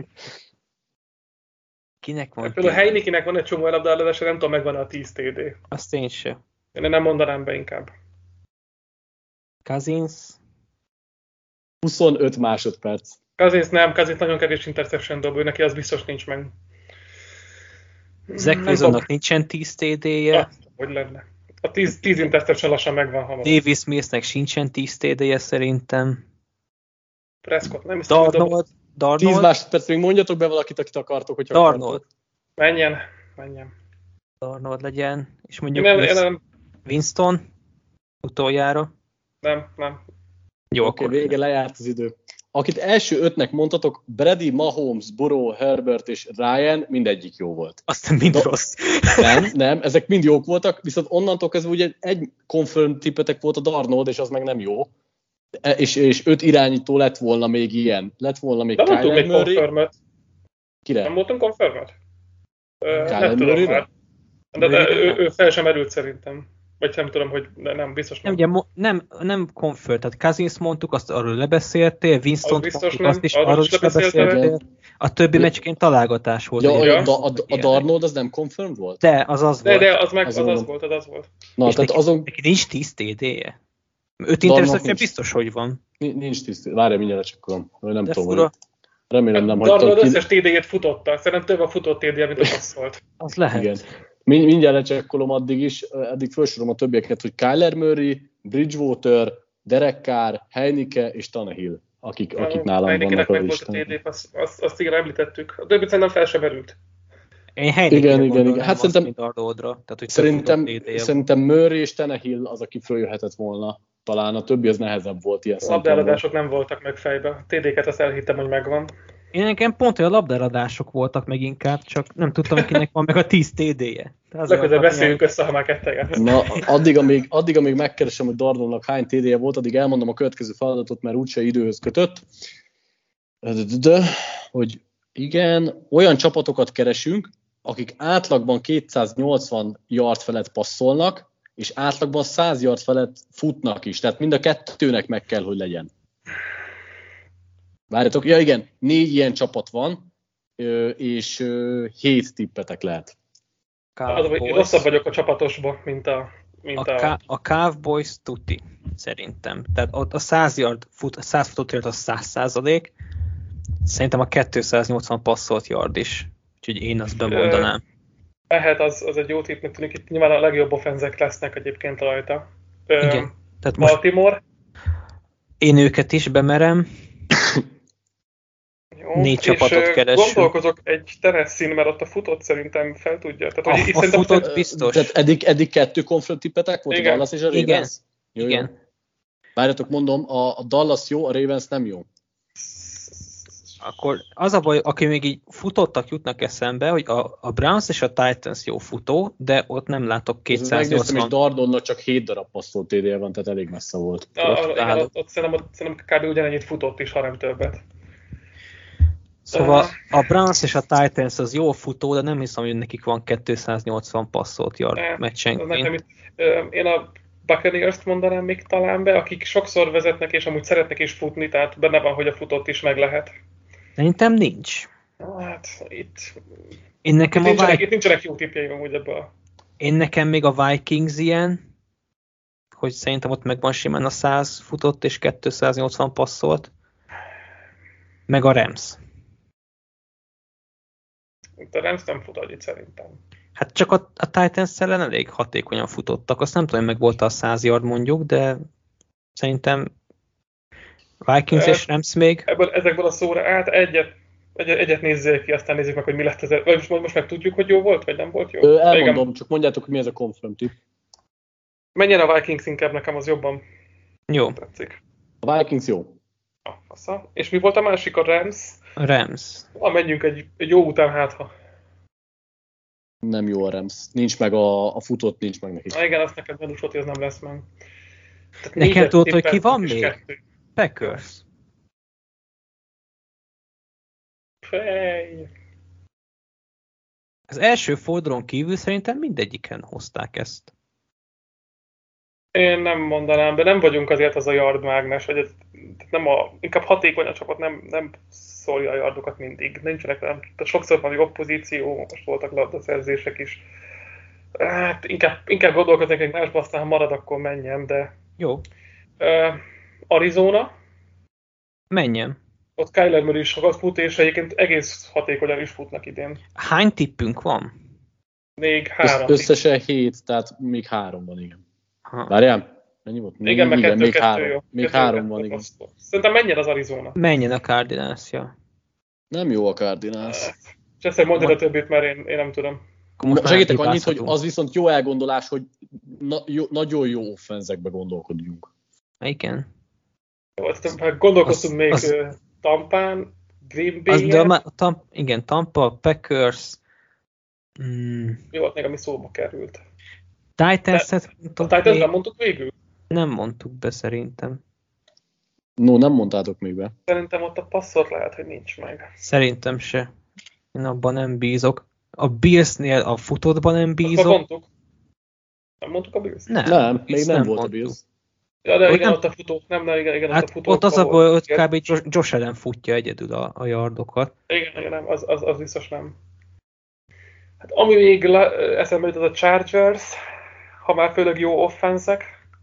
Kinek van Például tíz? Heinikinek van egy csomó elabdálása, nem tudom, megvan a tíz té dé. Azt én se. Én nem mondanám be inkább. Cousins. huszonöt másodperc. Cousins nem, Cousins nagyon kevés interception dob, ő neki az biztos nincs meg. Zach Nem Wilsonnak tudom. nincsen tíz té dé-je. Ja, hogy lenne. A tíz, tíz interception lassan megvan hamar. Davis Millsnek sincsen tíz té dé-je szerintem. Prescott, nem hiszem, hogy dob. Darnold. tíz Darnold. másodperc, még mondjatok be valakit, akit akartok, hogyha Darnold. akartok. Menjen, menjen. Darnold legyen. És Én mondjuk nem, én Winston- nem, Winston utoljára. nem, nem. Jó, Oké, akkor vége, lejárt az idő. Akit első ötnek mondtatok, Brady, Mahomes, Burrow, Herbert és Ryan, mindegyik jó volt. aztán mind Do- rossz. Nem, nem, ezek mind jók voltak, viszont onnantól kezdve ugye egy confirm tippetek volt a Darnold, és az meg nem jó. E- És, és öt irányító lett volna még ilyen. Lett volna még De mondtunk Kyler még Murray. confirmet. Kire? Nem voltunk confirmet? Nem tudom már. De, de ő, ő fel sem erült szerintem. Vagy nem tudom, hogy nem, biztos nem. Nem, ugye, nem, nem confirm, tehát Cousins mondtuk, azt arról lebeszéltél, Winston mondtuk, azt is arról is lebeszéltél. A többi meccsként találgatás volt. Ja, ja. A, a, a Darnold az nem confirmed volt? De, az az de, volt. De, az meg az, az, az volt, az az volt. Na, és tehát neki, azon... neki nincs tíz té dé-je. öt interception biztos, hogy van. Nincs tíz, várjál, mindjárt lecsekkolom. Nem de tudom, fura. Remélem nem hagytam ki. Darnold összes té dé-jét futotta. Szerintem több a futott té dé, mint a passzolt. Az lehet. Igen. Mindjárt lecsekkolom addig is, eddig felsorolom a többieket, hogy Kyler Murray, Bridgewater, Derek Carr, Heineke és Tannehill, akik, akik nálam Heinekenek vannak a listán. Meg volt a té dé, azt, azt, azt igen említettük. A többit szerintem fel sem erült. Én igen, igen, igen. Hát szerintem, tehát, hogy szerintem, szerintem Murray és Tannehill az, aki följöhetett volna. Talán a többi az nehezebb volt ilyen szempontból. Labdáradások nem voltak meg fejbe. A té dé-ket azt elhittem, hogy megvan. Én nekem pont, hogy a labdáradások voltak meg inkább, csak nem tudtam, kinek van meg a tíz té dé-je. Legközelebb beszéljünk össze, ha már ketteget. Na, addig amíg, addig, amíg megkeresem, hogy Darnoldnak hány té dé-je volt, addig elmondom a következő feladatot, mert úgyse időhöz kötött. De, hogy igen, olyan csapatokat keresünk, akik átlagban kétszáznyolcvan yard felett passzolnak, és átlagban száz yard felett futnak is. Tehát mind a kettőnek meg kell, hogy legyen. Várjatok, ja igen, négy ilyen csapat van, és hét tippetek lehet. Az, hogy rosszabb vagyok a csapatosba, mint a... Mint a, a... a Cowboys tuti, szerintem. Tehát ott a száz yard fut, száz futott yard az száz százalék. Szerintem a kétszáznyolcvan passzolt yard is. Úgyhogy én azt bemondanám. Lehet, az, az egy jó tippnek tűnik. Itt nyilván a legjobb offenzek lesznek egyébként rajta. Igen. Tehát most Baltimore. Én őket is bemerem. Jó, négy csapatot keresünk. Gondolkozok egy Tennessee-n, mert ott a futott szerintem fel tudja. Tehát, hogy a, a futott te... biztos. Tehát eddig, eddig kettő confirm tippetek volt? Igen. A Dallas és a Ravens? Igen. Jó, Igen. Jó. Várjatok, mondom, a, a Dallas jó, a Ravens nem jó. Akkor az a baj, aki még így futottak jutnak eszembe, hogy a, a Browns és a Titans jó futó, de ott nem látok kétszáznyolcvan. Megnéztem, és Darnoldnak csak hét darab passzolt té dé-je van, tehát elég messze volt. A, a, igen, ott, ott szerintem, szerintem kb. Ugyanennyit futott is, ha nem többet. Szóval a Browns és a Titans az jó futó, de nem hiszem, hogy nekik van kétszáznyolcvan passzolt yard meccsenként. Én a Buccaneers-t mondanám még talán be, akik sokszor vezetnek és amúgy szeretnek is futni, tehát benne van, hogy a futott is meg lehet. Szerintem nincs. Hát itt... Én nekem itt, a nincsenek, Vi- itt nincsenek jó tippjeim amúgy ebből. Én nekem még a Vikings ilyen, hogy szerintem ott megvan simán a száz futott és kétszáznyolcvan passzolt. Meg a Rams. Itt a Rams nem fut annyit szerintem. Hát csak a, a Titans ellen elég hatékonyan futottak. Azt nem tudom, hogy meg volt a száz yard mondjuk, de szerintem Vikings e, és Rams még. Ebből, ezekből a szóra át egyet, egyet, egyet nézzél ki, aztán nézzük meg, hogy mi lett ez. Vagy most, most meg tudjuk, hogy jó volt, vagy nem volt jó? Ö, elmondom, igen. Csak mondjátok, hogy mi ez a confirm tip. Menjen a Vikings inkább, nekem az jobban jó. tetszik. A Vikings jó. Ah, assza. És mi volt a másik, a Rams? A Rams. Ah, menjünk egy, egy jó után hátha. Nem jó a Rams. Nincs meg a, a futott, nincs meg neki. Na igen, azt neked gyanús volt, hogy ez nem lesz meg. Tehát nekem tudod, hogy ki van még? Kettő. Packers. Fej. Az első fordulón kívül szerintem mindegyiken hozták ezt. Én nem mondanám, de nem vagyunk azért az a yardmágnes, hogy ez nem a, inkább hatékony a csapat, nem, nem szólja a yardokat mindig. Nincsenek, nem, sokszor van jobb pozíció, most voltak labdaszerzések is. Hát inkább, inkább gondolkoznék egy másba, aztán ha marad, akkor menjem, de... Jó. Uh, Arizona. Menjem. Ott Kyler Murray is sokat fut, és egyébként egész hatékonyan is futnak idén. Hány tippünk van? Még három. Össz, összesen hét, tehát még három van, igen. Várjál? Mennyi volt? Igen, meg igen, kettő, még kettő, három, jó. még kettő, három kettő, van, igen. Szerintem menjen az Arizona. Menjen a Cardinals, ja. Nem jó a Cardinals. És ezt mondjad a többit, mert én, én nem tudom. Segítek annyit, hogy az viszont jó elgondolás, hogy na, jó, nagyon jó offenzekbe gondolkodjunk. Igen. Gondolkoztunk az, még az, Tampán, Green Bay-en. Tam, igen, Tampa, Packers. Mm. Jó, ott még ami szóba került. Titans-et A Titans nem mondtuk végül? Nem mondtuk be szerintem. No, nem mondtátok még be. Szerintem ott a passzot lehet, hogy nincs meg. Szerintem se. Én abban nem bízok. A Billsnél a futótban nem bízok. Azt mondtuk. Nem mondtuk a Bills? Nem, Nem, még nem, nem volt mondtuk. a Bills. Ja, de Ott igen, nem- ott a futó. Nem, nem, igen, igen, Hát ott a futó. ott az a baj, ott kb. Josh, Josh Allen futja egyedül a, a yardokat. Igen, igen, nem, az, az, az biztos nem. Hát ami még le, eszembe jut, az a Chargers, ha már főleg jó offenszek.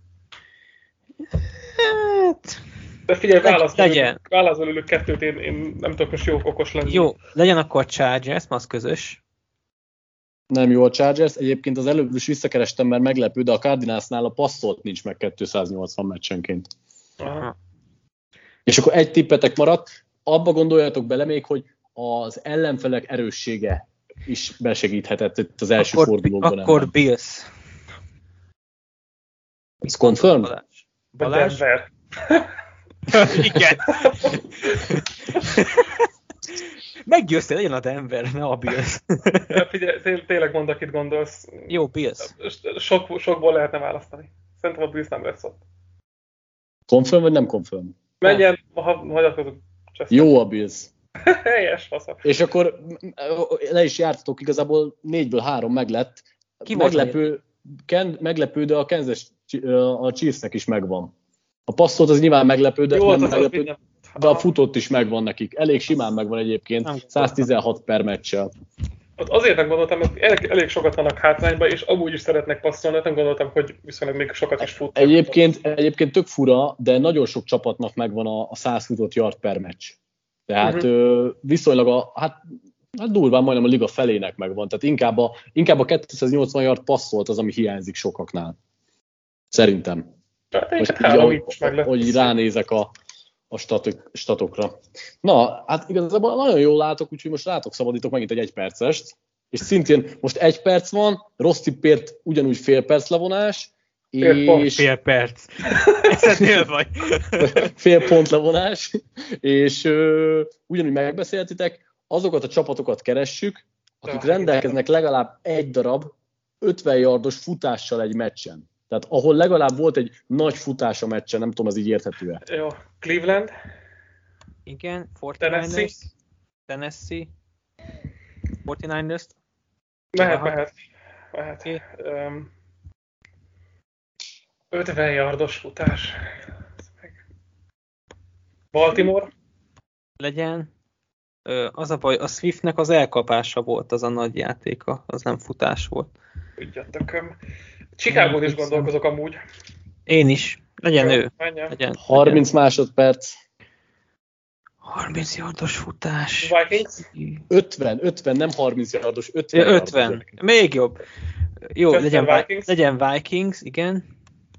Hát, De figyelj, Legy- válasz legyen. belőlük, válasz belőlük kettőt, én, én nem tudok most jó okos lenni. jó, legyen akkor Chargers, mert az közös. Nem jó a Chargers. Egyébként az előbb is visszakerestem, mert meglepő, de a Cardinalsnál a passzolt nincs meg kétszáznyolcvan meccsenként. Aha. És akkor egy tippetek maradt. Abba gondoljatok bele még, hogy az ellenfelek erőssége is besegíthetett itt az első Akkor, fordulóban. akkor Bills. Ez confirm? Balázs. De Balázs? Denver. Igen. Meggyőztél, legyen a Denver, ne a Bills. Ja, figyelj, té- tényleg mondd, akit gondolsz. Jó, Bills. Sok, sokból lehetne választani. Szerintem a Bills nem lesz ott. Confirm vagy nem confirm? Menjen, ha hagyatkozunk. Jó a Bills. Helyes, fasza. És akkor le is jártatok, igazából négyből három meglett. Ki volt Meglepő, ken, meglepő, de a Kansas a Chiefsnek is megvan. A passzolt az nyilván meglepő, de Jó, nem az az meglepő, minden. de a futott is megvan nekik. Elég simán megvan egyébként, száztizenhat per meccsel. Ott azért nem gondoltam, hogy elég, elég sokat vannak hátrányban, és amúgy is szeretnek passzolni, nem gondoltam, hogy viszonylag még sokat is futnak. Egyébként, egyébként tök fura, de nagyon sok csapatnak megvan a, a száz futott yard per meccs. Tehát Uh-huh. ö, viszonylag a, hát, hát durván majdnem a liga felének megvan. Tehát inkább a, inkább a kétszáznyolcvan yard passzolt az, ami hiányzik sokaknál. Szerintem. Hát Most egy így, három ahogy, is meg lett. ahogy így ránézek a, a statok, statokra. Na, hát igazából nagyon jól látok, úgyhogy most rátok szabadítok megint egy egypercest. És szintén most egy perc van, rossz tippért ugyanúgy fél perc levonás, Fél pont, és Fél perc. Ezzel vagy. fél pont levonás, és ö, ugyanúgy megbeszéltitek, azokat a csapatokat keressük, akik Ja, rendelkeznek legalább egy darab ötven yardos futással egy meccsen. Tehát ahol legalább volt egy nagy futás a meccsen, nem tudom, az így érthető-e. Jó, Cleveland, Igen, Tennessee. negyvenkilences. Tennessee. negyvenkilencest. mehet, Aha. mehet. mehet. Oké. Um, ötven yardos futás. Baltimore, Legyen. Ö, Az a baj, a Swiftnek az elkapása volt az a nagy játéka, az nem futás volt. ügyet tököm. Chicago-n is gondolkozok amúgy. Én is. Legyen Jó, ő. menjen. Legyen. harminc másodperc, harminc yardos futás. Vikings, ötven, ötven, nem harminc yardos, ötven. Ja, yardos ötven. gyerekek. Még jobb. Jó, Chester legyen Vikings. Vikings. legyen Vikings, igen.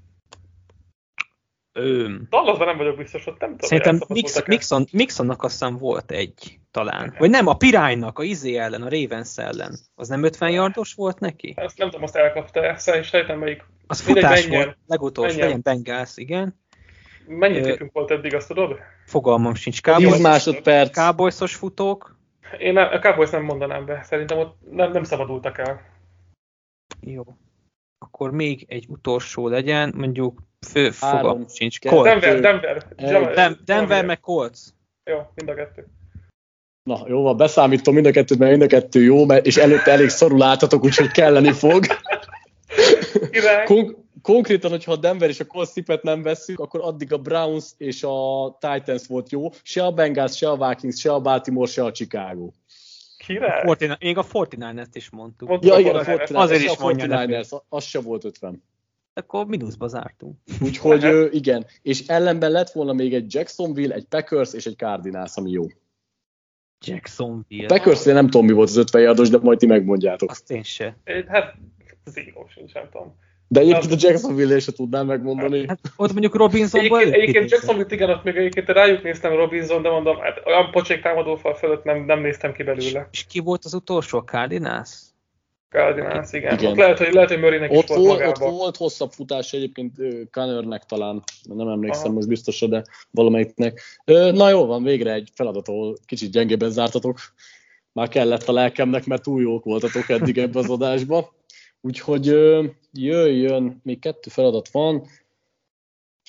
Öm. Dallasban nem vagyok biztos, hogy nem tudom, Szerintem hogy Mix, elszabadultak-e. Mixon, Mixonnak aztán volt egy, talán. Vagy nem, a Piránynak, a Izé ellen, a Ravens ellen. Az nem ötven yardos volt neki? Ezt nem tudom, azt elkapta-e, sejtem melyik. Az Mindegy, futás menjen. volt, legutolsó, Menjen. legyen Bengals, igen. Mennyit Ö, tippünk volt eddig, azt tudod? Fogalmam sincs. tíz Cowboys, másodperc, Cowboysos futók. Én a a Cowboys nem mondanám be, szerintem ott nem, nem szabadultak el. Jó. Akkor még egy utolsó legyen, mondjuk fő, Három, fogalmam sincs. kettő, Colts. Denver, Denver. Egy. Jam- Dem- Denver Jam- meg Colts. Jó, mind a kettő. na jó van, beszámítom mind a kettőt, mert mind a kettő jó, mert, és előtte elég szarul álltatok, úgyhogy kelleni fog. Király. Kon- konkrétan, hogyha a Denver és a Colts tippet nem vesszük, akkor addig a Browns és a Titans volt jó, se a Bengals, se a Vikings, se a Baltimore, se a Chicago. Király. negyvenkilenc még a negyvenkilencest is mondtuk. Mondtuk Ja, a igen, a Fortiners. negyvenkilenc, Azért se is a mondja negyvenkilences, az se volt ötven. Akkor mínuszba zártunk. Úgyhogy Aha. ö, igen, és ellenben lett volna még egy Jacksonville, egy Packers és egy Cardinals, ami jó. Jacksonville. Packers-nél nem tudom, mi volt az ötven yardos, de majd ti megmondjátok. Azt én se. Én- Hát, zero sincs, nem tudom. De egyébként a Jacksonville-nél se tudnám megmondani. Hát ott mondjuk Robinsonból Egyébként, egyébként előtt Jacksonville, igen, ott még egyébként rájuk néztem Robinson, de mondom, hát olyan pocsék támadófal fölött nem, nem néztem ki belőle. És ki volt az utolsó? A Cardinals? Cardinals, igen. Igen. Ott lehet, hogy, lehet, hogy Murraynek is Ott volt volt, ott magában. volt hosszabb futás egyébként ö, Connornek talán, nem emlékszem Aha. most biztosra, de valamelyiknek. Ö, Na jó van, végre egy feladat, ahol kicsit gyengébben zártatok. Már kellett a lelkemnek, mert túl jók voltatok eddig ebbe az adásba. Úgyhogy ö, jöjjön, még kettő feladat van.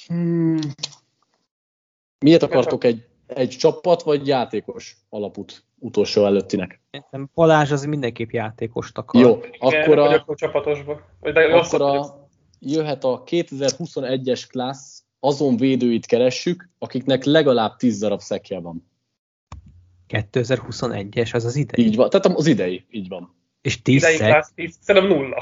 Hmm. Miért akartok egy, egy csapat vagy játékos alapút utolsó előttinek. Szerintem Balázs az mindenképp játékost akar. Jó, akkor a, a csapatosba. akkor a, jöhet a kétezer-huszonegyes klassz, azon védőit keressük, akiknek legalább tíz darab szekje van. kétezer-huszonegyes, az az idei? Így van, tehát az idei, így van. És tíz szek? Szerintem nulla.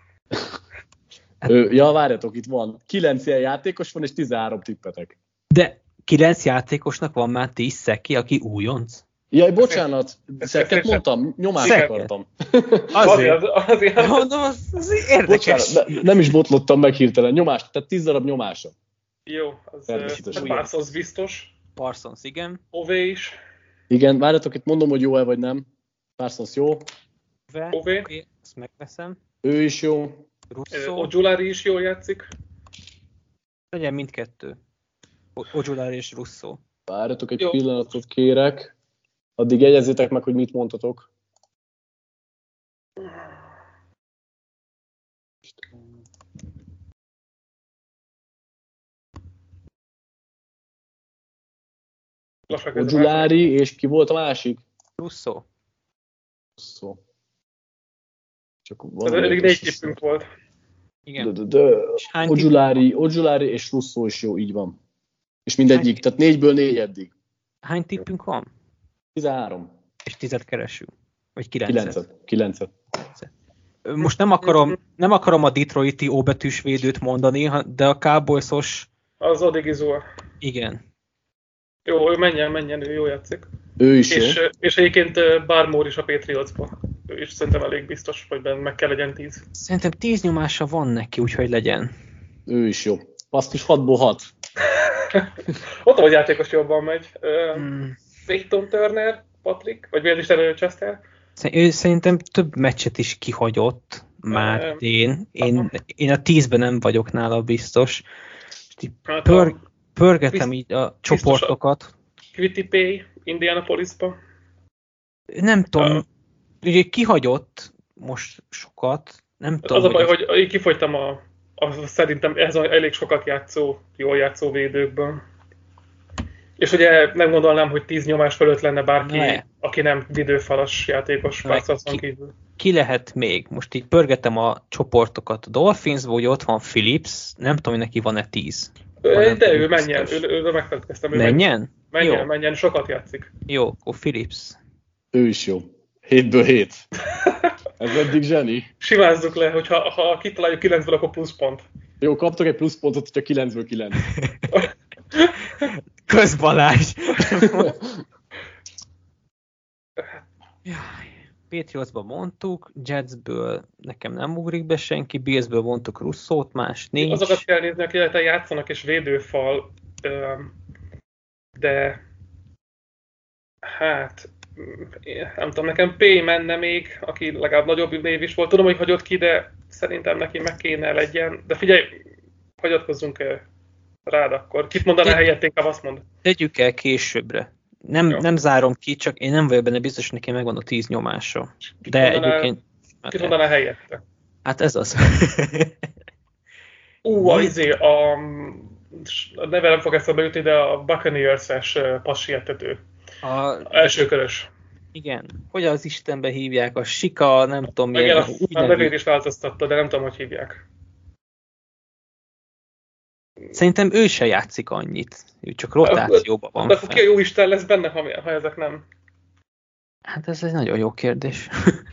Ö, ja, várjatok, itt van. kilenc ilyen játékos van, és tizenhárom tippetek. De kilenc játékosnak van már tíz szeki, aki újonc? Jaj, bocsánat, szeket mondtam, nyomást Szeket. akartam. Azért. azért, azért. Mondom, az, az érdekes. Bocsánat, ne, nem is botlottam meg hirtelen. Nyomást, tehát tíz darab nyomása. Jó, az Természetesen. Parsons biztos. Parsons, igen. Ové is. Igen, várjatok, itt mondom, hogy jó-e vagy nem. Parsons jó. Ove, Ové. okay, ezt megveszem. Ő is jó. Russo, Ojulari is jól játszik. legyen mindkettő. Ojulari és Russo. Várjatok, egy Jó. pillanatot kérek. Addig jegyezzétek meg, hogy mit mondtatok. Ojulari, és ki volt a másik? Russo. Szó. Csak Ez eddig négy tippünk volt. Igen. De, de, de. És hány Ojulari, Ojulari és Russo is jó, így van. És mindegyik, Hány- tehát négyből négy eddig. Hány tippünk van? tizenhárom. És tizet keresünk. Vagy kilencet. kilencet. kilencet. Most nem akarom, nem akarom a Detroiti óbetűs védőt mondani, ha- de a Cowboysos, Az Odigizua. igen. Jó, ő menjen, menjen, ő jól játszik. Ő is jó. És, és egyébként Barmore is a Patriotsba. Ő is szerintem elég biztos, hogy benne meg kell legyen tíz. Szerintem tíz nyomása van neki, úgyhogy legyen. Ő is jó. Basszus, hatból hat. Ott vagy játékos jobban megy. Hmm. Peyton Turner, Patrick, vagy miért is elő Chester? Ő szerintem több meccset is kihagyott már Nem. idén. Én, én a tízben nem vagyok nála biztos. És így Hát pör, a pörgetem bizt- így a csoportokat. Quitty Pay, Indianapolisba. Nem tudom, Ah. ugye kihagyott most sokat. Nem tudom, Az a baj, hogy hogy én kifogytam a, a szerintem ez a elég sokat játszó, jól játszó védőkből. És ugye nem gondolnám, hogy tíz nyomás fölött lenne bárki, Ne. aki nem vidőfalas játékos Ne, Parsonson ki- kívül. ki lehet még? Most így pörgetem a csoportokat a Dolphinsból, hogy ott van Phillips, nem tudom, hogy neki van-e tíz. Ő, nem de tudom, ő menjen, biztos. ő, ő, ő megfelelkeztem. Ő Menjen? Menjen, Jó. menjen, sokat játszik. Jó, akkor Phillips. Ő is jó. hétből hét. Ez eddig zseni. Simázzuk le, hogy ha, ha kitaláljuk kilencből, akkor plusz pont. Jó, kaptok egy pluszpontot, hogyha kilencből kilenc. Kösz Balázs! Jaj, Patriotsban mondtuk, Jetsből nekem nem ugrik be senki, Billsből mondtuk Russzót, más nincs. Azokat kell nézni, akik játszanak, és védőfal, öm, de hát nem tudom, nekem P menne még, aki legalább nagyobb név is volt. Tudom, hogy hagyott ki, de szerintem neki meg kéne legyen. De figyelj, hagyatkozzunk rád akkor. Kit mondaná Te- helyett, inkább azt mond. Tegyük el későbbre. Nem, Jó. nem zárom ki, csak én nem vagyok benne biztos, hogy neki megvan a tíz nyomása. De mondaná- egyébként... Kit mondaná helyette? Hát ez az. Ú, a izé, a, a neve nem fog eszembe jutni, de a Buccaneers-es passietető. A, Első körös. igen. Hogy az Istenbe hívják? A Sika, nem tudom Igen, miért. a, Úgy a nevét nevű. is változtatta, de nem tudom, hogy hívják. Szerintem ő se játszik annyit. Ő csak rotációban van De akkor ki a fel. jó Isten lesz benne, ha, ha ezek nem? Hát ez egy nagyon jó kérdés.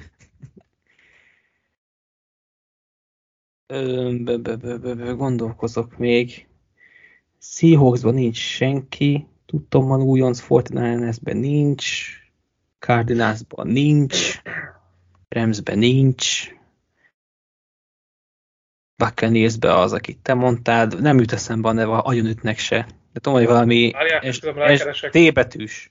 Ö, bö- bö- bö- bö- bö- Gondolkozok még. Seahawksban nincs senki. Tudtam, van újonc, negyvenkilencesben nincs. Cardinalsban nincs. Ramsben nincs. Buccaneersben az, akit te mondtad. Nem jut eszembe a neve, agyon ütnek se. De tudom, hogy valami Várják, S- közben S- rákeresek. T betűs.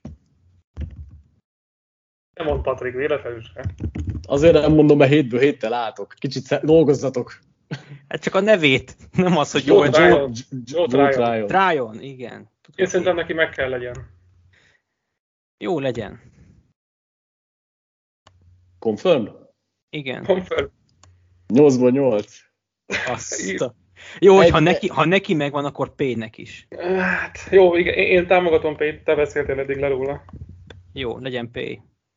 Nem mond Patrik, véletlenül sem. Azért nem mondom, mert hétből héttel álltok. Kicsit sze- dolgozzatok. Hát csak a nevét, nem az, hogy Jó, jó. Tryon. Joe- Joe Joe Tryon. Tryon. Tryon, igen. Tudom, Én szerintem neki meg kell legyen. jó legyen. Confirm? Igen. Mondd fel. nyolcból nyolc. Azt a... Jó, hogy ha Egy- neki, ha neki megvan, akkor P-nek is. Hát, jó, igen, én, én támogatom Pét, te beszéltél eddig le róla. Jó, legyen P.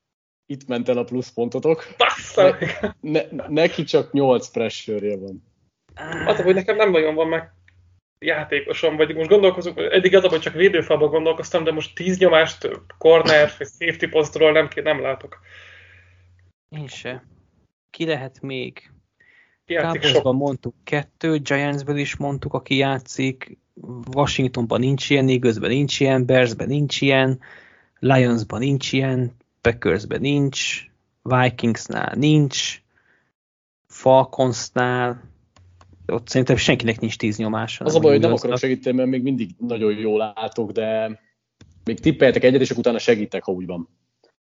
itt ment el a pluszpontotok. Bassza! Ne, ne, neki csak nyolc pressure-je van. Az, hogy nekem nem nagyon van meg játékosom, vagy most gondolkozunk, eddig az, hogy csak védőfalban gondolkoztam, de most tíz nyomást corner, vagy safety posztról nem, nem látok. Én se. Ki lehet még? Cowboysban mondtuk kettő, Giantsből is mondtuk, aki játszik, Washingtonban nincs ilyen, Eaglesben nincs ilyen, Bearsben nincs ilyen, Lionsban nincs ilyen, Packersben nincs, Vikingsnál nincs, Falconsnál, ott szerintem senkinek nincs tíz nyomása. Az a baj, hogy nem akarok segíteni, mert még mindig nagyon jól látok, de még tippeljetek egyet, és utána segítek, ha úgy van.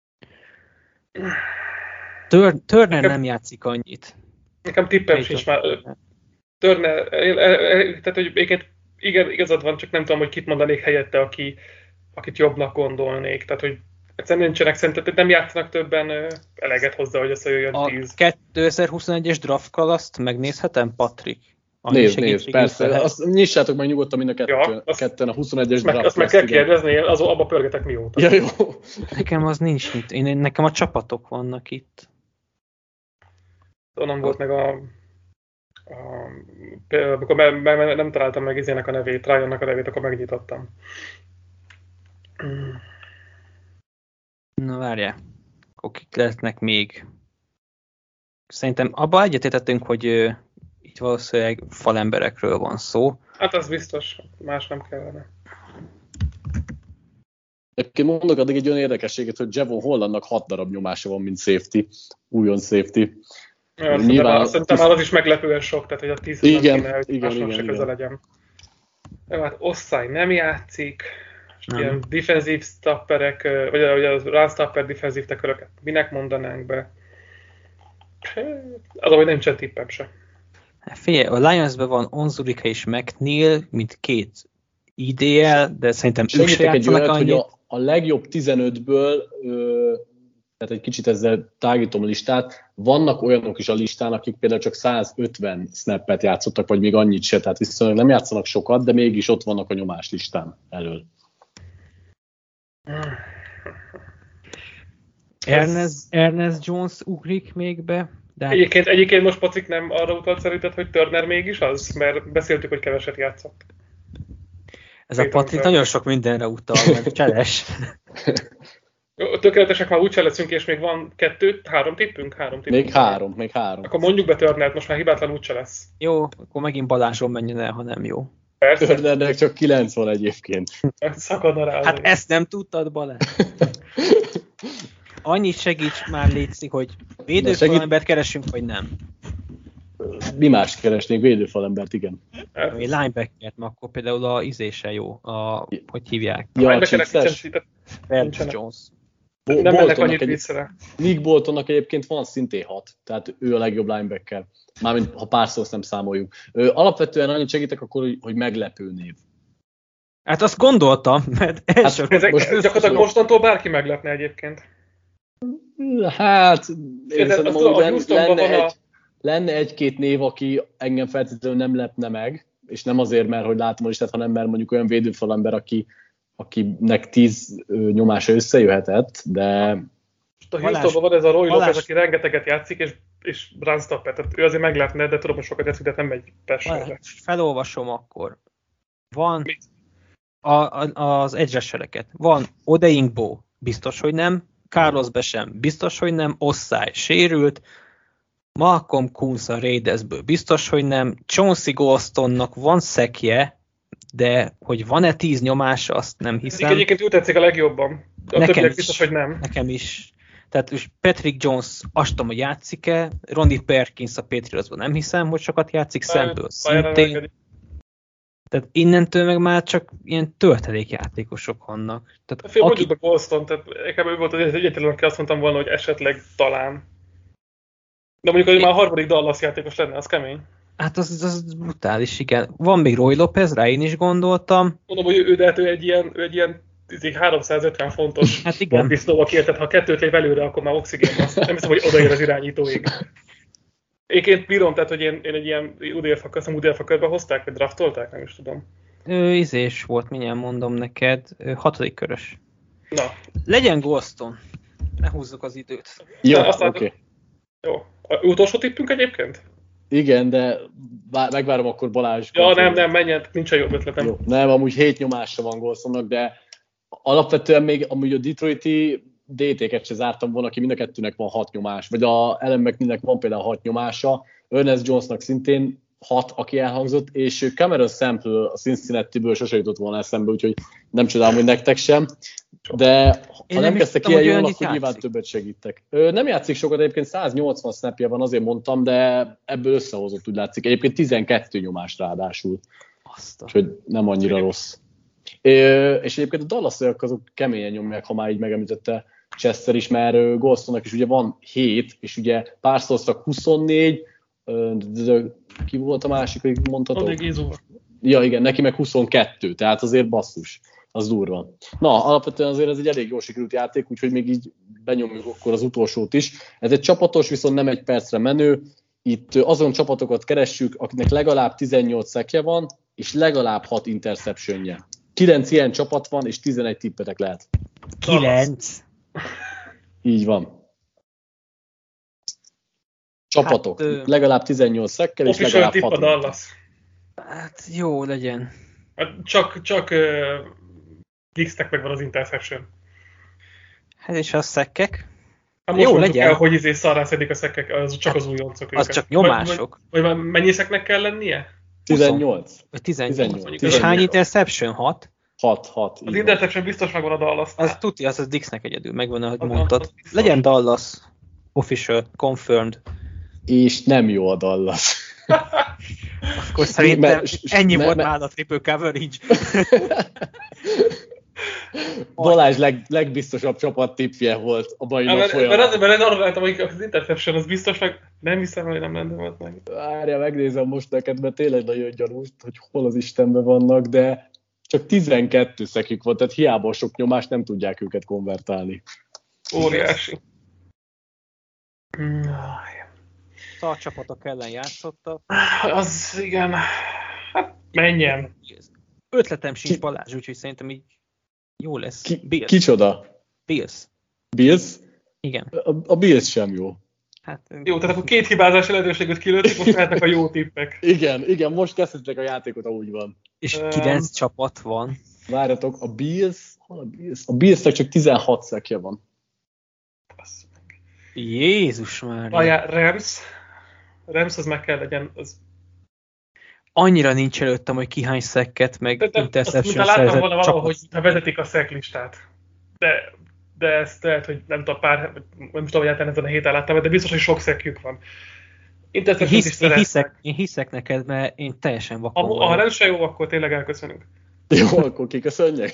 Turner Nekem... nem játszik annyit. Nekem tippem sincs már. Turner, tehát hogy igen, igazad van, csak nem tudom, hogy kit mondanék helyette, aki, akit jobbnak gondolnék. Tehát, hogy egyszerűen nincsenek, szerintem nem játszanak többen eleget hozzá, hogy összejöjjön tíz. A kétezer-huszonegyes draft kalaszt megnézhetem, Patrik? Nézd, nézd, persze. Azt nyissátok meg nyugodtan mind a kettő, ja, azt, ketten a huszonegyes draft. Azt meg kell kérdezni, én az, abba pörgetek mióta. Ja, jó. Nekem az nincs mit. Én, nekem a csapatok vannak itt. Onnan volt meg a... a amikor me, me, me, nem találtam meg izének a nevét, Ryannak a nevét, akkor megnyitottam. Na várjál. Akik lehetnek még. Szerintem abban egyetértettünk, hogy uh, itt valószínűleg falemberekről van szó. Hát az biztos, más nem kellene. Egyébként mondok addig egy olyan érdekességet, hogy Javon Hollandnak hat darab nyomása van, mint safety, újon safety. Ja, nyilván szerintem már az is meglepően sok, tehát hogy a tíz igen, kéne, hogy igen, igen, se igen. köze legyen. Jó, hát Osszai nem játszik, nem. Ilyen defensív stopperek, vagy a run stopper defensív tackle-öket minek mondanánk be? Az, ahogy nincsen tippem se. Figyelj, a Lionsben van Onzurika és McNeil, mint két I D L, de szerintem ők se játszanak annyit. Hogy a, a legjobb tizenötből, ö, tehát egy kicsit ezzel tágítom a listát, vannak olyanok is a listán, akik például csak száz ötven snappet játszottak, vagy még annyit se, tehát viszonylag nem játszanak sokat, de mégis ott vannak a nyomás listán elől. Ernest, Ernest Jones ugrik még be. De... Egyébként, egyébként most Pacik nem arra utalt szerinted, hogy Turner mégis az? Mert beszéltük, hogy keveset játszott. Ez a Patrik nagyon sok mindenre utal, mert cseles. Tökéletesek már úgyse leszünk, és még van kettő, három tippünk? Három tippünk. Még három, még három. Akkor mondjuk be Turnert, most már hibátlan úgyse lesz. Jó, akkor megint Balázson menjen el, ha nem jó. Persze. Turnernek csak kilenc van egyébként. Szakadna rá. Hát ezt nem tudtad, Balázs? Annyit segíts már, létszi, hogy védőfalembert keresünk, vagy nem? Mi más keresnénk? Védőfalembert, igen. Egy linebackert, mert akkor például a izése jó. A, hogy hívják? Ja, a Chiefs-es? Ernest Jones. Bo- nem mennek annyit vissza. Nick Boltonnak egyébként van szintén hat, tehát ő a legjobb linebacker. Mármint, ha párszor nem számoljuk. Ö, alapvetően annyit segítek akkor, hogy, hogy meglepő név. Hát azt gondoltam, mert első... Hát, ezek, most, gyakorlatilag mostantól bárki meglepne egyébként. Hát, én de szerintem, hogy lenne, lenne, egy, a... lenne egy-két név, aki engem feltétlenül nem lepne meg, és nem azért, mert hogy látom a listát, hanem mert mondjuk olyan védőfalember, aki, akinek tíz nyomása összejöhetett, de... Most a Houstonban van ez a Roy Lopez, aki rengeteget játszik, és, és run stopper, tehát ő azért meglepne, de tudom, hogy sokat játszik, de nem megy persőre. Felolvasom akkor. Van a, a, az edge-sereket. Van Odeingbo, biztos, hogy nem. Carlos Besem, biztos, hogy nem. Osszai sérült. Malcolm Kuntz a Raidersből, biztos, hogy nem. Chauncey Golstonnak van szekje, de hogy van-e tíz nyomása, azt nem hiszem. Egyébként ő tetszik a legjobban. A nekem is, biztos, hogy nem. Nekem is. Tehát Patrick Jones, azt tudom, hogy játszik-e. Ronnie Perkins a Patriotsban nem hiszem, hogy sokat játszik. Szemből szintén. Tehát innentől meg már csak ilyen töltelékjátékosok vannak. Tehát a film aki... mondjuk be Golston, tehát inkább ő volt az egyetlen, aki azt mondtam volna, hogy esetleg talán. De mondjuk, hogy már a harmadik Dallas játékos lenne, az kemény. Hát az, az brutális, igen. Van még Roy Lopez, rá én is gondoltam. Mondom, hogy ő, de hát ő egy ilyen, ő egy ilyen háromszázötven fontos hát igen. disznó, aki érted, ha kettőt lép előre, akkor már oxigén van. Nem hiszem, hogy odaér az irányítóig. Én bírom, tehát, hogy én, én egy ilyen U D F körbe hozták, vagy draftolták, nem is tudom. Ő izés volt, mindjárt mondom neked, hatodik körös. Na. Legyen Golston. Ne húzzuk az időt. Jó, oké. Okay. Jó. A utolsó tippünk egyébként? Igen, de megvárom akkor Balázs. Ja, nem, nem, menjen, nincs jobb ötletem. Jó, nem, amúgy hét nyomásra van Golsonnak, de alapvetően még amúgy a Detroiti dé té-ket se zártam volna, aki mind a kettőnek van hat nyomás, vagy a Allen McNeilnek van például hat nyomása, Ernest Jonesnak szintén hat, aki elhangzott, és Cameron Sample a Cincinnati-ből sose jutott volna eszembe, úgyhogy nem csodálom, hogy nektek sem. De ha Én nem, nem kezdtek ilyen jól, akkor játszik. Nyilván többet segítek. Ő nem játszik sokat, egyébként száznyolcvan snapje van, azért mondtam, de ebből összehozott, úgy látszik. Egyébként tizenkettő nyomást ráadásul. Úgyhogy nem annyira Igen. rossz. É, és egyébként a Dallas-iak azok keményen nyomják, ha már így megemlítette Chester is, mert Golstonnak is ugye van hét, és ugye Parsonsnak huszonnégy, ki volt a másik, hogy mondhatok? Ja, igen, neki meg huszonkettő, tehát azért basszus, az durva. Na, alapvetően azért ez egy elég jól sikerült játék, úgyhogy még így benyomjuk akkor az utolsót is. Ez egy csapatos, viszont nem egy percre menő. Itt azon csapatokat keressük, akinek legalább tizennyolc szekje van, és legalább hat interceptionje. kilenc ilyen csapat van, és tizenegy tippetek lehet. kilenc Így van. Csapatok. Hát, legalább tizennyolc szekkel, és legalább hat. Official tipp a Dallas. Hát jó legyen. Csak, csak uh, Giggsnek megvan az interception. Hát és a szekkek? Hát most jó legyen. El, hogy izé szarrá szedik a szekkek, az csak az újoncok. Az őket. Csak nyomások. Vagy, vagy, vagy mennyi szeknek kell lennie? tizennyolc. Vagy tizennyolc. tizennyolc. És hány interception? hat? hat, hat. Az interception biztos megvan a Dallas. Az tuti, az az Dixnek egyedül megvan, ahogy mondtad. Legyen Dallas. Official, confirmed. És nem jó a Dallas. Akkor szerintem mert, ennyi mert, volt már a triple coverage. Balázs leg, legbiztosabb csapat tippje volt a mai nap folyamán. Mert azért, mert én arra láttam, hogy az interception az biztos, meg nem hiszem, hogy nem lenne volt meg. Várjál, megnézem most neked, mert tényleg nagyon gyanús, hogy hol az Istenben vannak, de csak tizenkettő szekük van, tehát hiába sok nyomást nem tudják őket konvertálni. Óriási. A csapatok ellen játszottak. Az igen. Hát menjen. Ötletem sincs Balázs, úgyhogy szerintem így jó lesz. Ki, kicsoda? Bills. Bills? Igen. A, a Bills sem jó. Hát, jó, tehát akkor két hibázási lehetőséget kilőtték, most lehetnek a jó tippek. Igen, igen, most kezdhetek a játékot, ahogy van. És um, kilenc csapat van. Várjatok, a Bills, hol a Bills? A Billsnek csak tizenhat szekje van. Jézus már. Várjál, Rams. Rams az meg kell legyen. Az... Annyira nincs előttem, hogy ki hány szekket, meg interception szerzett láttam volna valahol, hogy vezetik a szekklistát. De, de ezt lehet, hogy nem tudom, pár, nem tudom, hogy általán ezen a héten láttam, de biztos, hogy sok szekkjük van. Hisz, is én, hiszek, én hiszek neked, mert én teljesen vakon vagyok. Ha nem se jó, akkor tényleg elköszönünk. Jó, akkor kiköszönjek.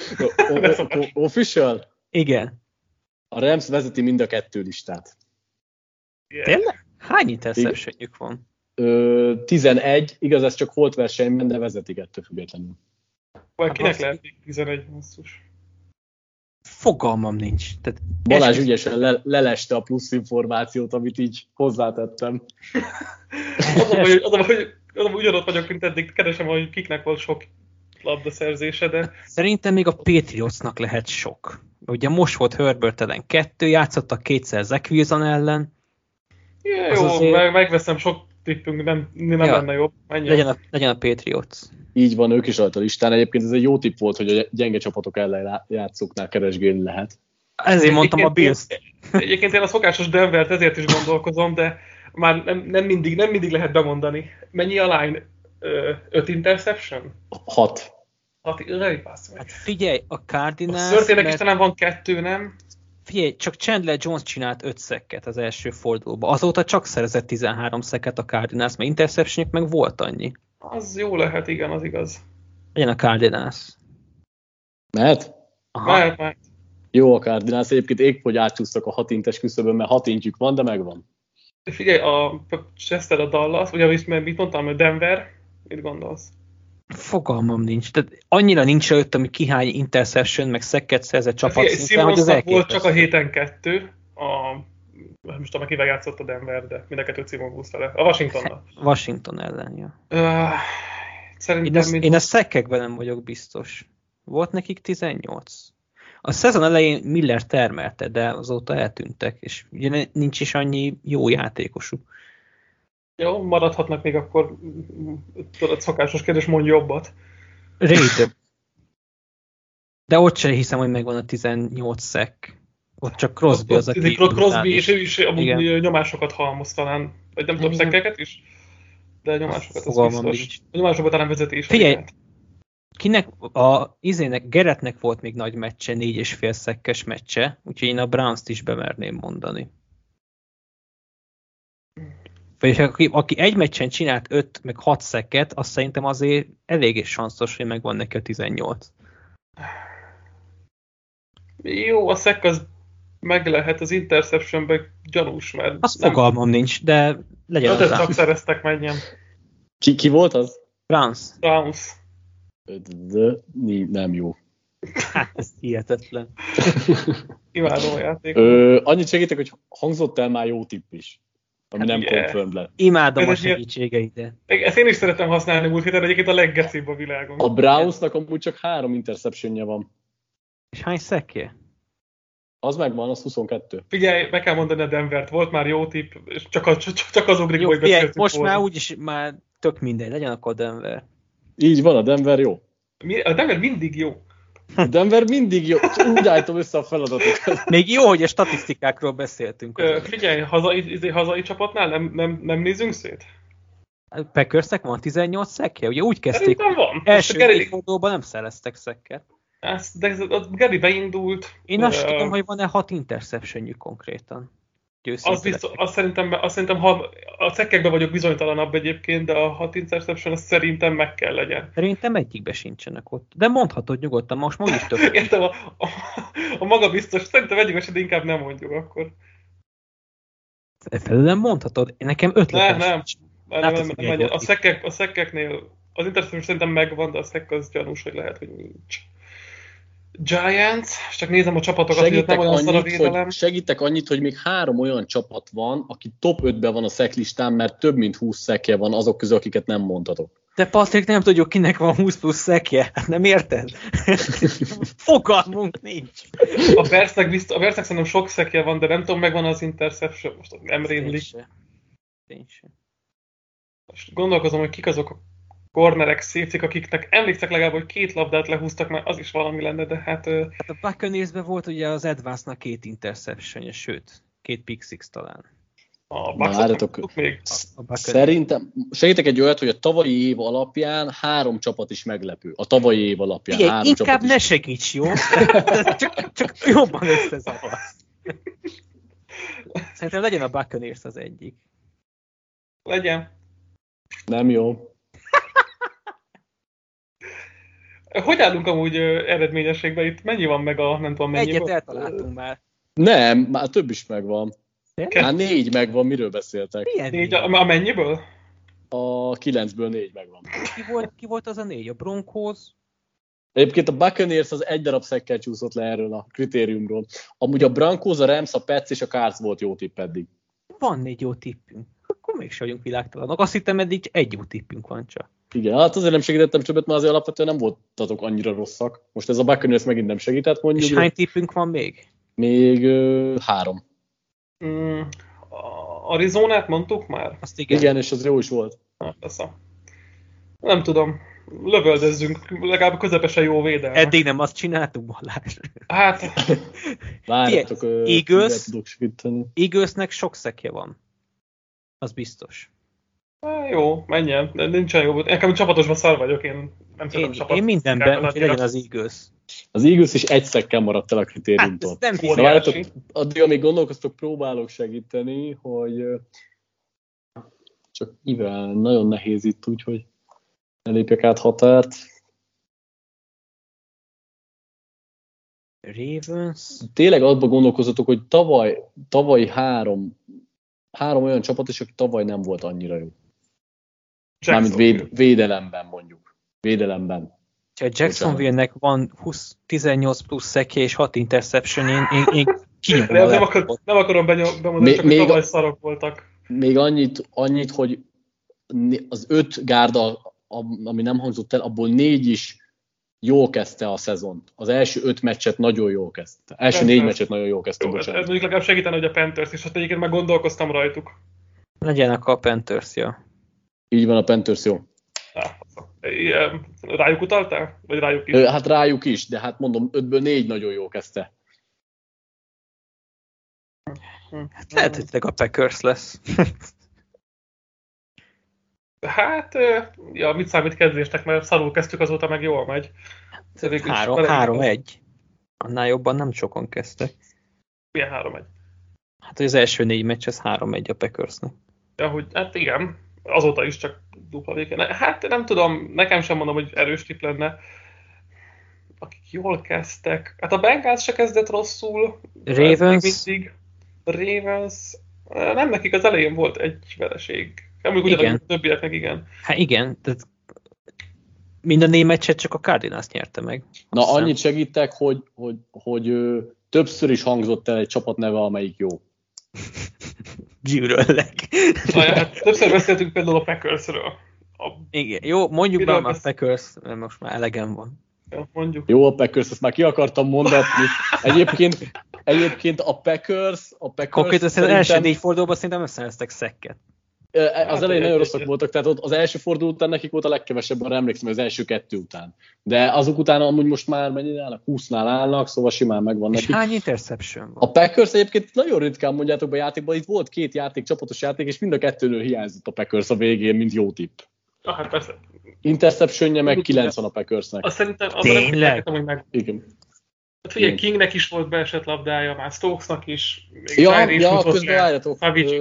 Official? Igen. A Rams vezeti mind a kettő listát. Yeah. Tényleg? Hány interceptionjük van? Ö, tizenegy, igaz, ez csak holt versenyben, de vezetik ettől függetlenül. Vagy kinek hát lehet tizenegy basszus? Fogalmam nincs. Tehát Balázs esküsz... ügyesen le, leleste a plusz információt, amit így hozzátettem. Azon, hogy, azon, hogy, azon, hogy ugyanott vagyok, mint eddig, keresem, hogy kiknek volt sok labdaszerzése, de... Szerintem még a Patriotsnak lehet sok. Ugye most volt Herbert ellen kettő, játszottak kétszer Zach Wilson ellen. Ja, jó, azért... meg, megveszem, sok tippünk, nem, nem ja, lenne jobb. Legyen a, legyen a Patriots. Így van, ők is rajta a listán. Egyébként ez egy jó tipp volt, hogy a gyenge csapatok ellen játszóknál keresgélni lehet. Ezért mondtam a Bills. Egyébként én a szokásos Denvert ezért is gondolkozom, de már nem, nem, mindig, nem mindig lehet bemondani. Mennyi a line? öt interception? Hat. Hat, hát figyelj, a Cardinals... A Szörtének mert... is talán van kettő, nem? Figyelj, csak Chandler Jones csinált öt szekket az első fordulóban. Azóta csak szerzett tizenhárom szekket a Cardinals, mert interceptionük meg volt annyi. Az jó lehet, igen, az igaz. Legyen a Cardinals. Mehet? Aha. Mehet, mehet. Jó a Cardinals, egyébként épp hogy átcsúsztak a hat intes küszöbön, mert hat intjük van, de megvan. Figyelj, a Chester, a Dallas, ugye mit mondtam, a Denver, mit gondolsz? Fogalmam nincs. Tehát annyira nincs előttem, hogy kihány interception, meg szekket szerzett csapat szinten, hogy az elképesztő. Volt csak a héten kettő, a, most tudom, kivel játszott a Denver, de mind a kettőt Simon húzta le. A Washingtonnal. Washington ellen, ja. Uh, szerintem... Én, ezt, én a szekkekben nem vagyok biztos. Volt nekik tizennyolc? A szezon elején Miller termelte, de azóta eltűntek, és ugye nincs is annyi jó játékosuk. Jó, maradhatnak még akkor, tudod, szokásos kérdés, mondj jobbat. Raiders. De ott sem hiszem, hogy megvan a tizennyolc szek. Ott csak Crosby az, aki... Crosby, és ő is amúgy igen. nyomásokat halmoz talán, vagy nem tudom, szekkeket is, de nyomásokat az biztos. Nincs. A nyomásokat talán vezetés. Figyelj, kinek, a izének, Gerettnek volt még nagy meccse, négy és fél szekkes meccse, úgyhogy én a Browns-t is bemerném mondani. Vagy aki, aki egy meccsen csinált öt, meg hat szekket, azt szerintem azért eléggé sanszos, hogy megvan neki a tizennyolc. Jó, a szekk az meg lehet, az interceptionben gyanús, mert... Azt nem... fogalmam nincs, de legyen az. Csak szereztek, menjen. Ki, ki volt az? Browns. Browns. De, nem jó. Hát, ez hihetetlen. Imádom a játék. Ö, annyit segítek, hogy hangzott el már jó tipp is, ami hát nem yeah. confirmed lett. Imádom ez a segítségeidet. Ezt én is szeretem használni múlt héten, egyébként a leggecibb a világon. A Brownsnak amúgy csak három interceptionje van. És hány szekkje? Az megvan, az huszonkettő. Figyelj, meg kell mondani a Denvert, volt már jó tipp, és csak az, csak, csak az ugrik, hogy beszéltük most volna. már úgyis már tök mindegy, legyen akkor Denver. Így van, a Denver jó. Mi, a Denver mindig jó. A Denver mindig jó. Úgy állítom össze a feladatokat. Még jó, hogy a statisztikákról beszéltünk. Ö, figyelj, hazai, hazai csapatnál nem, nem, nem nézünk szét? Packersnek van tizennyolc szekkje? Ugye úgy kezdték, szerintem van. Első Gary... fordulóban nem szereztek szekket. Ez, de ez, a Gary beindult. Én azt uh, tudom, hogy van-e hat interceptionjük konkrétan. Az biztos, azt szerintem, azt szerintem, ha a szekkekben vagyok bizonytalanabb egyébként, de a hat interception azt szerintem meg kell legyen. Szerintem egyikbe sincsenek ott. De mondhatod nyugodtan, most mondj is több. Értem, a, a, a maga biztos, szerintem egyik de inkább nem mondjuk akkor. Felül nem mondhatod? Nekem ötletem. Nem, nem. nem, nem, nem, nem, nem a, szekkek, a szekkeknél az interception szerintem megvan, de a szekk az gyanús, hogy lehet, hogy nincs. Giants, csak nézem a csapatokat, hogy nem olyan szar a védelem. Segítek annyit, hogy még három olyan csapat van, aki top ötben van a szekklistán, mert több mint húsz szekje van azok közül, akiket nem mondhatok. De Patrik, nem tudjuk, kinek van húsz plusz szekje. Hát nem érted? Fogalmunk nincs. A Bersnek, bizt- a Bersnek szerintem sok szekje van, de nem tudom, megvan az interception. Most nem rémlik. Most gondolkozom, hogy kik azok a cornerek, safetyk, akiknek emlékszek legalább, hogy két labdát lehúztak, mert az is valami lenne, de hát... Hát a Buccaneersben volt ugye az Advance-nak két interception, sőt, két pick six talán. A Buccaneers még? A, a Szerintem, segítek egy olyat, hogy a tavalyi év alapján három csapat is meglepő. A tavalyi év alapján igen, három inkább csapat ne is. segíts, jó? csak, csak jobban összezavarsz. Szerintem legyen a Buccaneers az egyik. Legyen. Nem jó. Hogy állunk amúgy eredményességben? Itt mennyi van meg a nem tudom mennyiből? Egyet eltaláltunk már. Nem, már több is megvan. De? Már négy megvan, miről beszéltek? Milyen négy? A, a mennyiből? A kilencből négy megvan. Ki volt, ki volt az a négy? A Broncos? Egyébként a Buccaneers az egy darab szekkel csúszott le erről a kritériumról. Amúgy a Broncos, a Rams, a Pets és a Cards volt jó tipp eddig. Van négy jó tippünk. Akkor mégsem vagyunk világtalanok. Azt hittem, eddig egy jó tippünk van csak. Igen, hát azért nem segítettem többet, mert azért alapvetően nem voltatok annyira rosszak. Most ez a Buccaneers megint nem segített, mondjuk. És hány tippünk van még? Még ö, három. Mm, Arizonát mondtuk már? Azt igen. Igen, és az jó is volt. Hát, nem tudom. Lövöldözzünk, legalább közepesen jó védelme. Eddig nem azt csináltuk, Balázs. Hát... Várjatok, Eagles, Eaglesnek sok szekje van. Az biztos. Há, jó, menjen. De nincsen jó. Nekem csapatosban szar vagyok, én nem szeretem csapat. Én mindenben, hogy legyen az Eagles. Az Eagles is egy szekkel maradt el a kritériumtól. Hát, nem Na, várjatok, addig, amíg gondolkoztok, próbálok segíteni, hogy csak mivel nagyon nehéz itt, úgyhogy ne lépjek át határt. Ravens. Tényleg abban gondolkozzatok, hogy tavaly, tavaly három, három olyan csapat is, aki tavaly nem volt annyira jó. Mármint véd, védelemben mondjuk. Védelemben. Ha Jacksonville-nek van húsz, tizennyolc plusz szekje és hat interception, én, én, én kinyomom nem, nem, akar, nem akarom bemondani, csak még tavaly a, szarok voltak. Még annyit, annyit, hogy az öt gárda, ami nem hangzott el, abból négy is jól kezdte a szezont. Az első öt meccset nagyon jól kezdte. Első Panthers. négy meccset nagyon jól kezdte. Jó, ez, ez mondjuk legalább segítene, hogy a Panthers, és azt egyébként már gondolkoztam rajtuk. Legyenek a Panthers, ja. Így van, a Panthers jó. Rájuk utaltál? Vagy rájuk is? Hát rájuk is, de hát mondom, ötből négy nagyon jól kezdte. Hát lehet, hogy a Packers lesz. Hát, ja, mit számít kedvésnek, mert szarul kezdtük, azóta meg jól megy. Három, három egy. Annál jobban nem sokan kezdtek. Milyen három egy? Hát az első négy meccs, ez három egy a Packersnek. Ja, hogy, hát igen, azóta is csak dupla véke. Hát nem tudom, nekem sem mondom, hogy erős tipp lenne. Akik jól kezdtek. Hát a Bengals se kezdett rosszul. Ravens. Mindig. Ravens. Nem, nekik az elején volt egy vereség. Nem úgy ugyanúgy, a többieknek igen. Hát igen, tehát minden négy meccset csak a Cardinals nyerte meg. Na hiszem. Annyit segítek, hogy, hogy, hogy ö, többször is hangzott el egy csapat neve, amelyik jó. Gyűröllek. Na, hát többször beszéltünk például a Packersről. A... Igen, jó, mondjuk be a Packers, mert most már elegem van. Ja, mondjuk. Jó, a Packers, ezt már ki akartam mondatni. Egyébként, egyébként a Packers... A Packers konkrétan az első négy fordulóban szerintem összeneztek szekket. Az hát elején nagyon rosszak voltak, tehát ott az első forduló után nekik volt a legkevesebb, arra emlékszem, az első kettő után. De azok után amúgy most már mennyire állnak? húsznál állnak, szóval simán megvan nekik. És hány interception van? A Packers egyébként nagyon ritkán mondjátok be a játékban, itt volt két játék, csapatos játék, és mind a kettőnől hiányzott a Packers a végén, mint jó tipp. Ah, hát persze. Interceptionje meg kilencven a Packersnek. Azt szerintem, abban nem hogy meg... Igen. Hát figyelj, Kingnek is volt beesett labdája, már Stokesnak is. Ja, ja közben várjatok.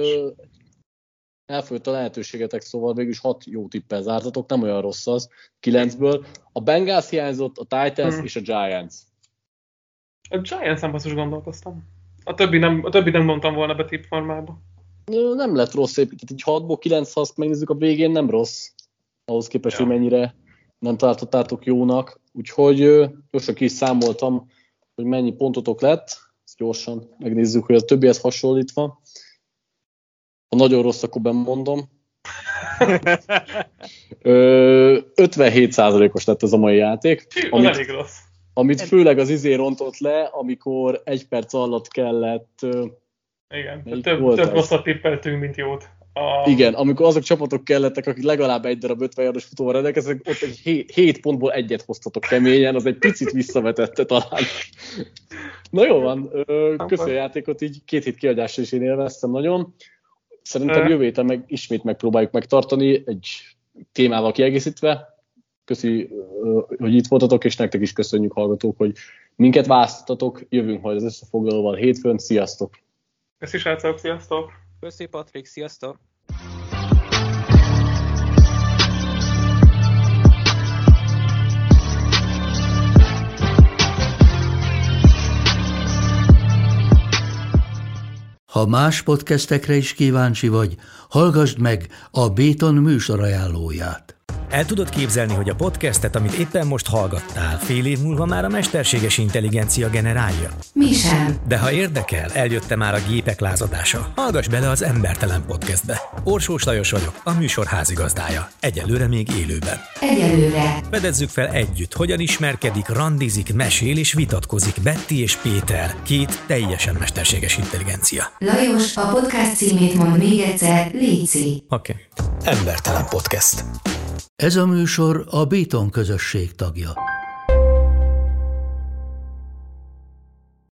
Elfogyott a lehetőségetek, szóval végül is hat jó tippel zártatok, nem olyan rossz az, kilencből. A Bengals hiányzott, a Titans hmm. és a Giants. A Giants nem basszus gondolkoztam. A többi nem, a többi nem mondtam volna be tipp formában. Nem lett rossz épp, tehát így hatból kilenc, ha azt megnézzük a végén, nem rossz. Ahhoz képest, ja. hogy mennyire nem tartottátok jónak. Úgyhogy gyorsan ki is számoltam, hogy mennyi pontotok lett. Ezt gyorsan megnézzük, hogy a többihez hasonlítva. Ha nagyon rossz, akkor bemondom. ötvenhét százalékos lett ez a mai játék. Amit, elég rossz. Amit főleg az izé rontott le, amikor egy perc alatt kellett... Igen, több, több rosszat tippeltünk, mint jót. A... Igen, amikor azok csapatok kellettek, akik legalább egy darab ötven yardos futóval rendelkeznek, ott egy hét pontból egyet hoztatok keményen, az egy picit visszavetette talán. Na jó van, köszönöm a játékot, így két hét kiadással is én élveztem nagyon. Szerintem jövő héten meg ismét megpróbáljuk megtartani, egy témával kiegészítve. Köszi, hogy itt voltatok, és nektek is köszönjük, hallgatók, hogy minket választottatok. Jövünk majd az összefoglalóval hétfőn. Sziasztok! Köszi, srácok, sziasztok! Köszi, Patrik, sziasztok! Ha más podcastekre is kíváncsi vagy, hallgassd meg a Béton műsor ajánlóját. El tudod képzelni, hogy a podcastet, amit éppen most hallgattál, fél év múlva már a mesterséges intelligencia generálja? Mi sem. De ha érdekel, eljött már a gépek lázadása. Hallgass bele az Embertelen Podcastbe. Orsós Lajos vagyok, a műsor házigazdája. Egyelőre még élőben. Egyelőre. Fedezzük fel együtt, hogyan ismerkedik, randizik, mesél és vitatkozik Betty és Péter, két teljesen mesterséges intelligencia. Lajos, a podcast címét mond még egyszer, léci. Oké. Okay. Embertelen Podcast. Ez a műsor a Béton közösség tagja.